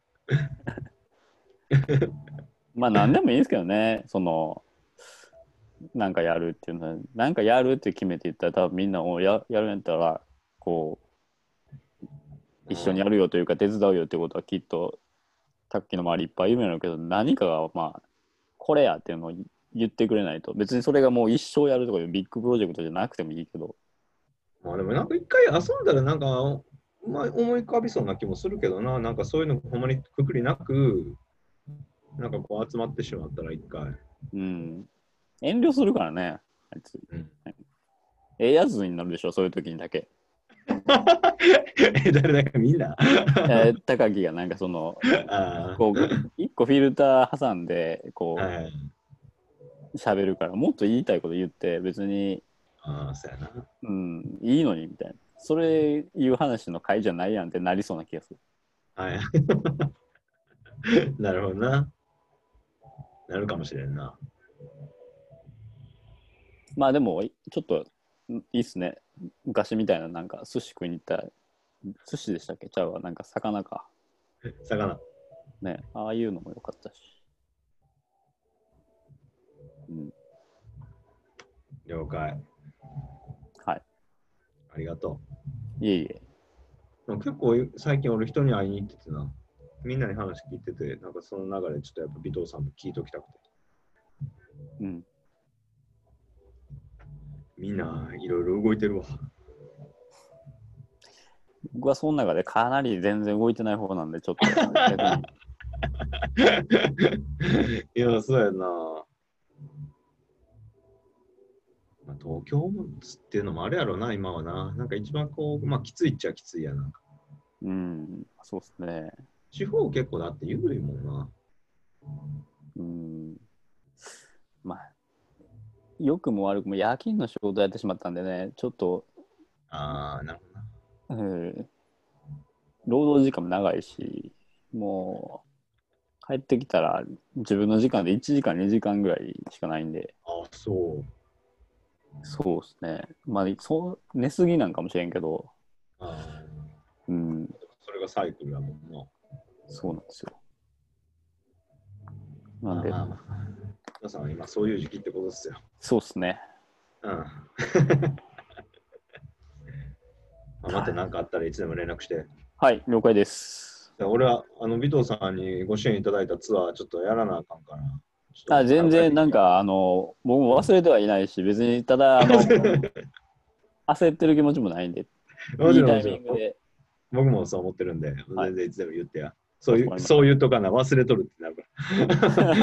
まあ何でもいいんですけどね、そのなんかやるっていうのは、なんかやるって決めて言ったら多分みんなを や, やるんやったらこう一緒にやるよというか手伝うよってことはきっとさっきの周りいっぱいいるんやろうけど、何かがまあこれやっていうのを言ってくれないと、別にそれがもう一生やるとかいうビッグプロジェクトじゃなくてもいいけど。 まあでもなんか一回遊んだらなんか、まあ、思い浮かびそうな気もするけどな、なんかそういうのほんまにくくりなく、なんかこう集まってしまったら一回。 うん。遠慮するからね、あいつ。うん、ええやつになるでしょ、そういう時にだけ。 え、誰だかみんなえー、高木がなんかその、こう、一個フィルター挟んで、こう、喋るから、もっと言いたいこと言って、別に、 ああ、そうやな。 うん、いいのにみたいな。それいう話の回じゃないやんってなりそうな気がする。 はい。なるほどな。なるかもしれんな。 まあでも、ちょっといいっすね。昔みたいな、なんか寿司食いに行ったら、寿司でしたっけ、ちゃうわ、なんか魚か。 魚。 ね、ああいうのもよかったし。うん。 了解。 はい。 ありがとう。いえいえ。 結構最近俺人に会いに行っててな。みんなに話聞いてて、なんかその流れちょっとやっぱ尾藤さんも聞いときたくて。 うん。 みんないろいろ動いてるわ。 僕はその中でかなり全然動いてない方なんで、ちょっといや、そうやな。まあ、東京っていうのもあれやろな、今はな。なんか一番こう、まあきついっちゃきついやな。 うん、そうっすね。 地方結構だって緩いもんな。 うん。まあ、良くも悪くも夜勤の仕事やってしまったんでね、ちょっと、 ああ、なるほどな。 うん、労働時間も長いし、もう、帰ってきたら自分の時間でいちじかん、にじかんぐらいしかないんで。 ああ、そう。 そうですね。まあ、そう寝すぎなんかもしれんけど、 あうん。 それがサイクルやもんな。 そうなんですよ。なんで、 まあまあまあ、皆さんは今そういう時期ってことですよ。 そうですね。 うん。また何かあったらいつでも連絡して。 はい、了解です。 俺は、あの、尾藤さんにご支援いただいたツアー、ちょっとやらなあかんから。 あ、全然、なんか、あの、僕も忘れてはいないし、別に、ただ、あの、焦ってる気持ちもないんで、いいタイミングで。 僕もそう思ってるんで、はい、全然いつでも言ってや。そういう、そういうとかな、忘れとるってなるから。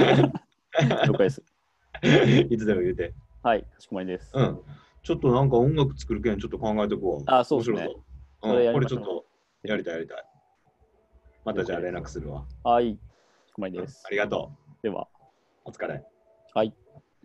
了解です。 いつでも言うて。 はい、かしこまりです。 うん。ちょっとなんか音楽作るけん、ちょっと考えてこう。 あ、そうですね。 うん、これちょっとやりたいやりたい。またじゃあ連絡するわ。 はい、かしこまりです。 ありがとう。では。 お疲れ。 はい。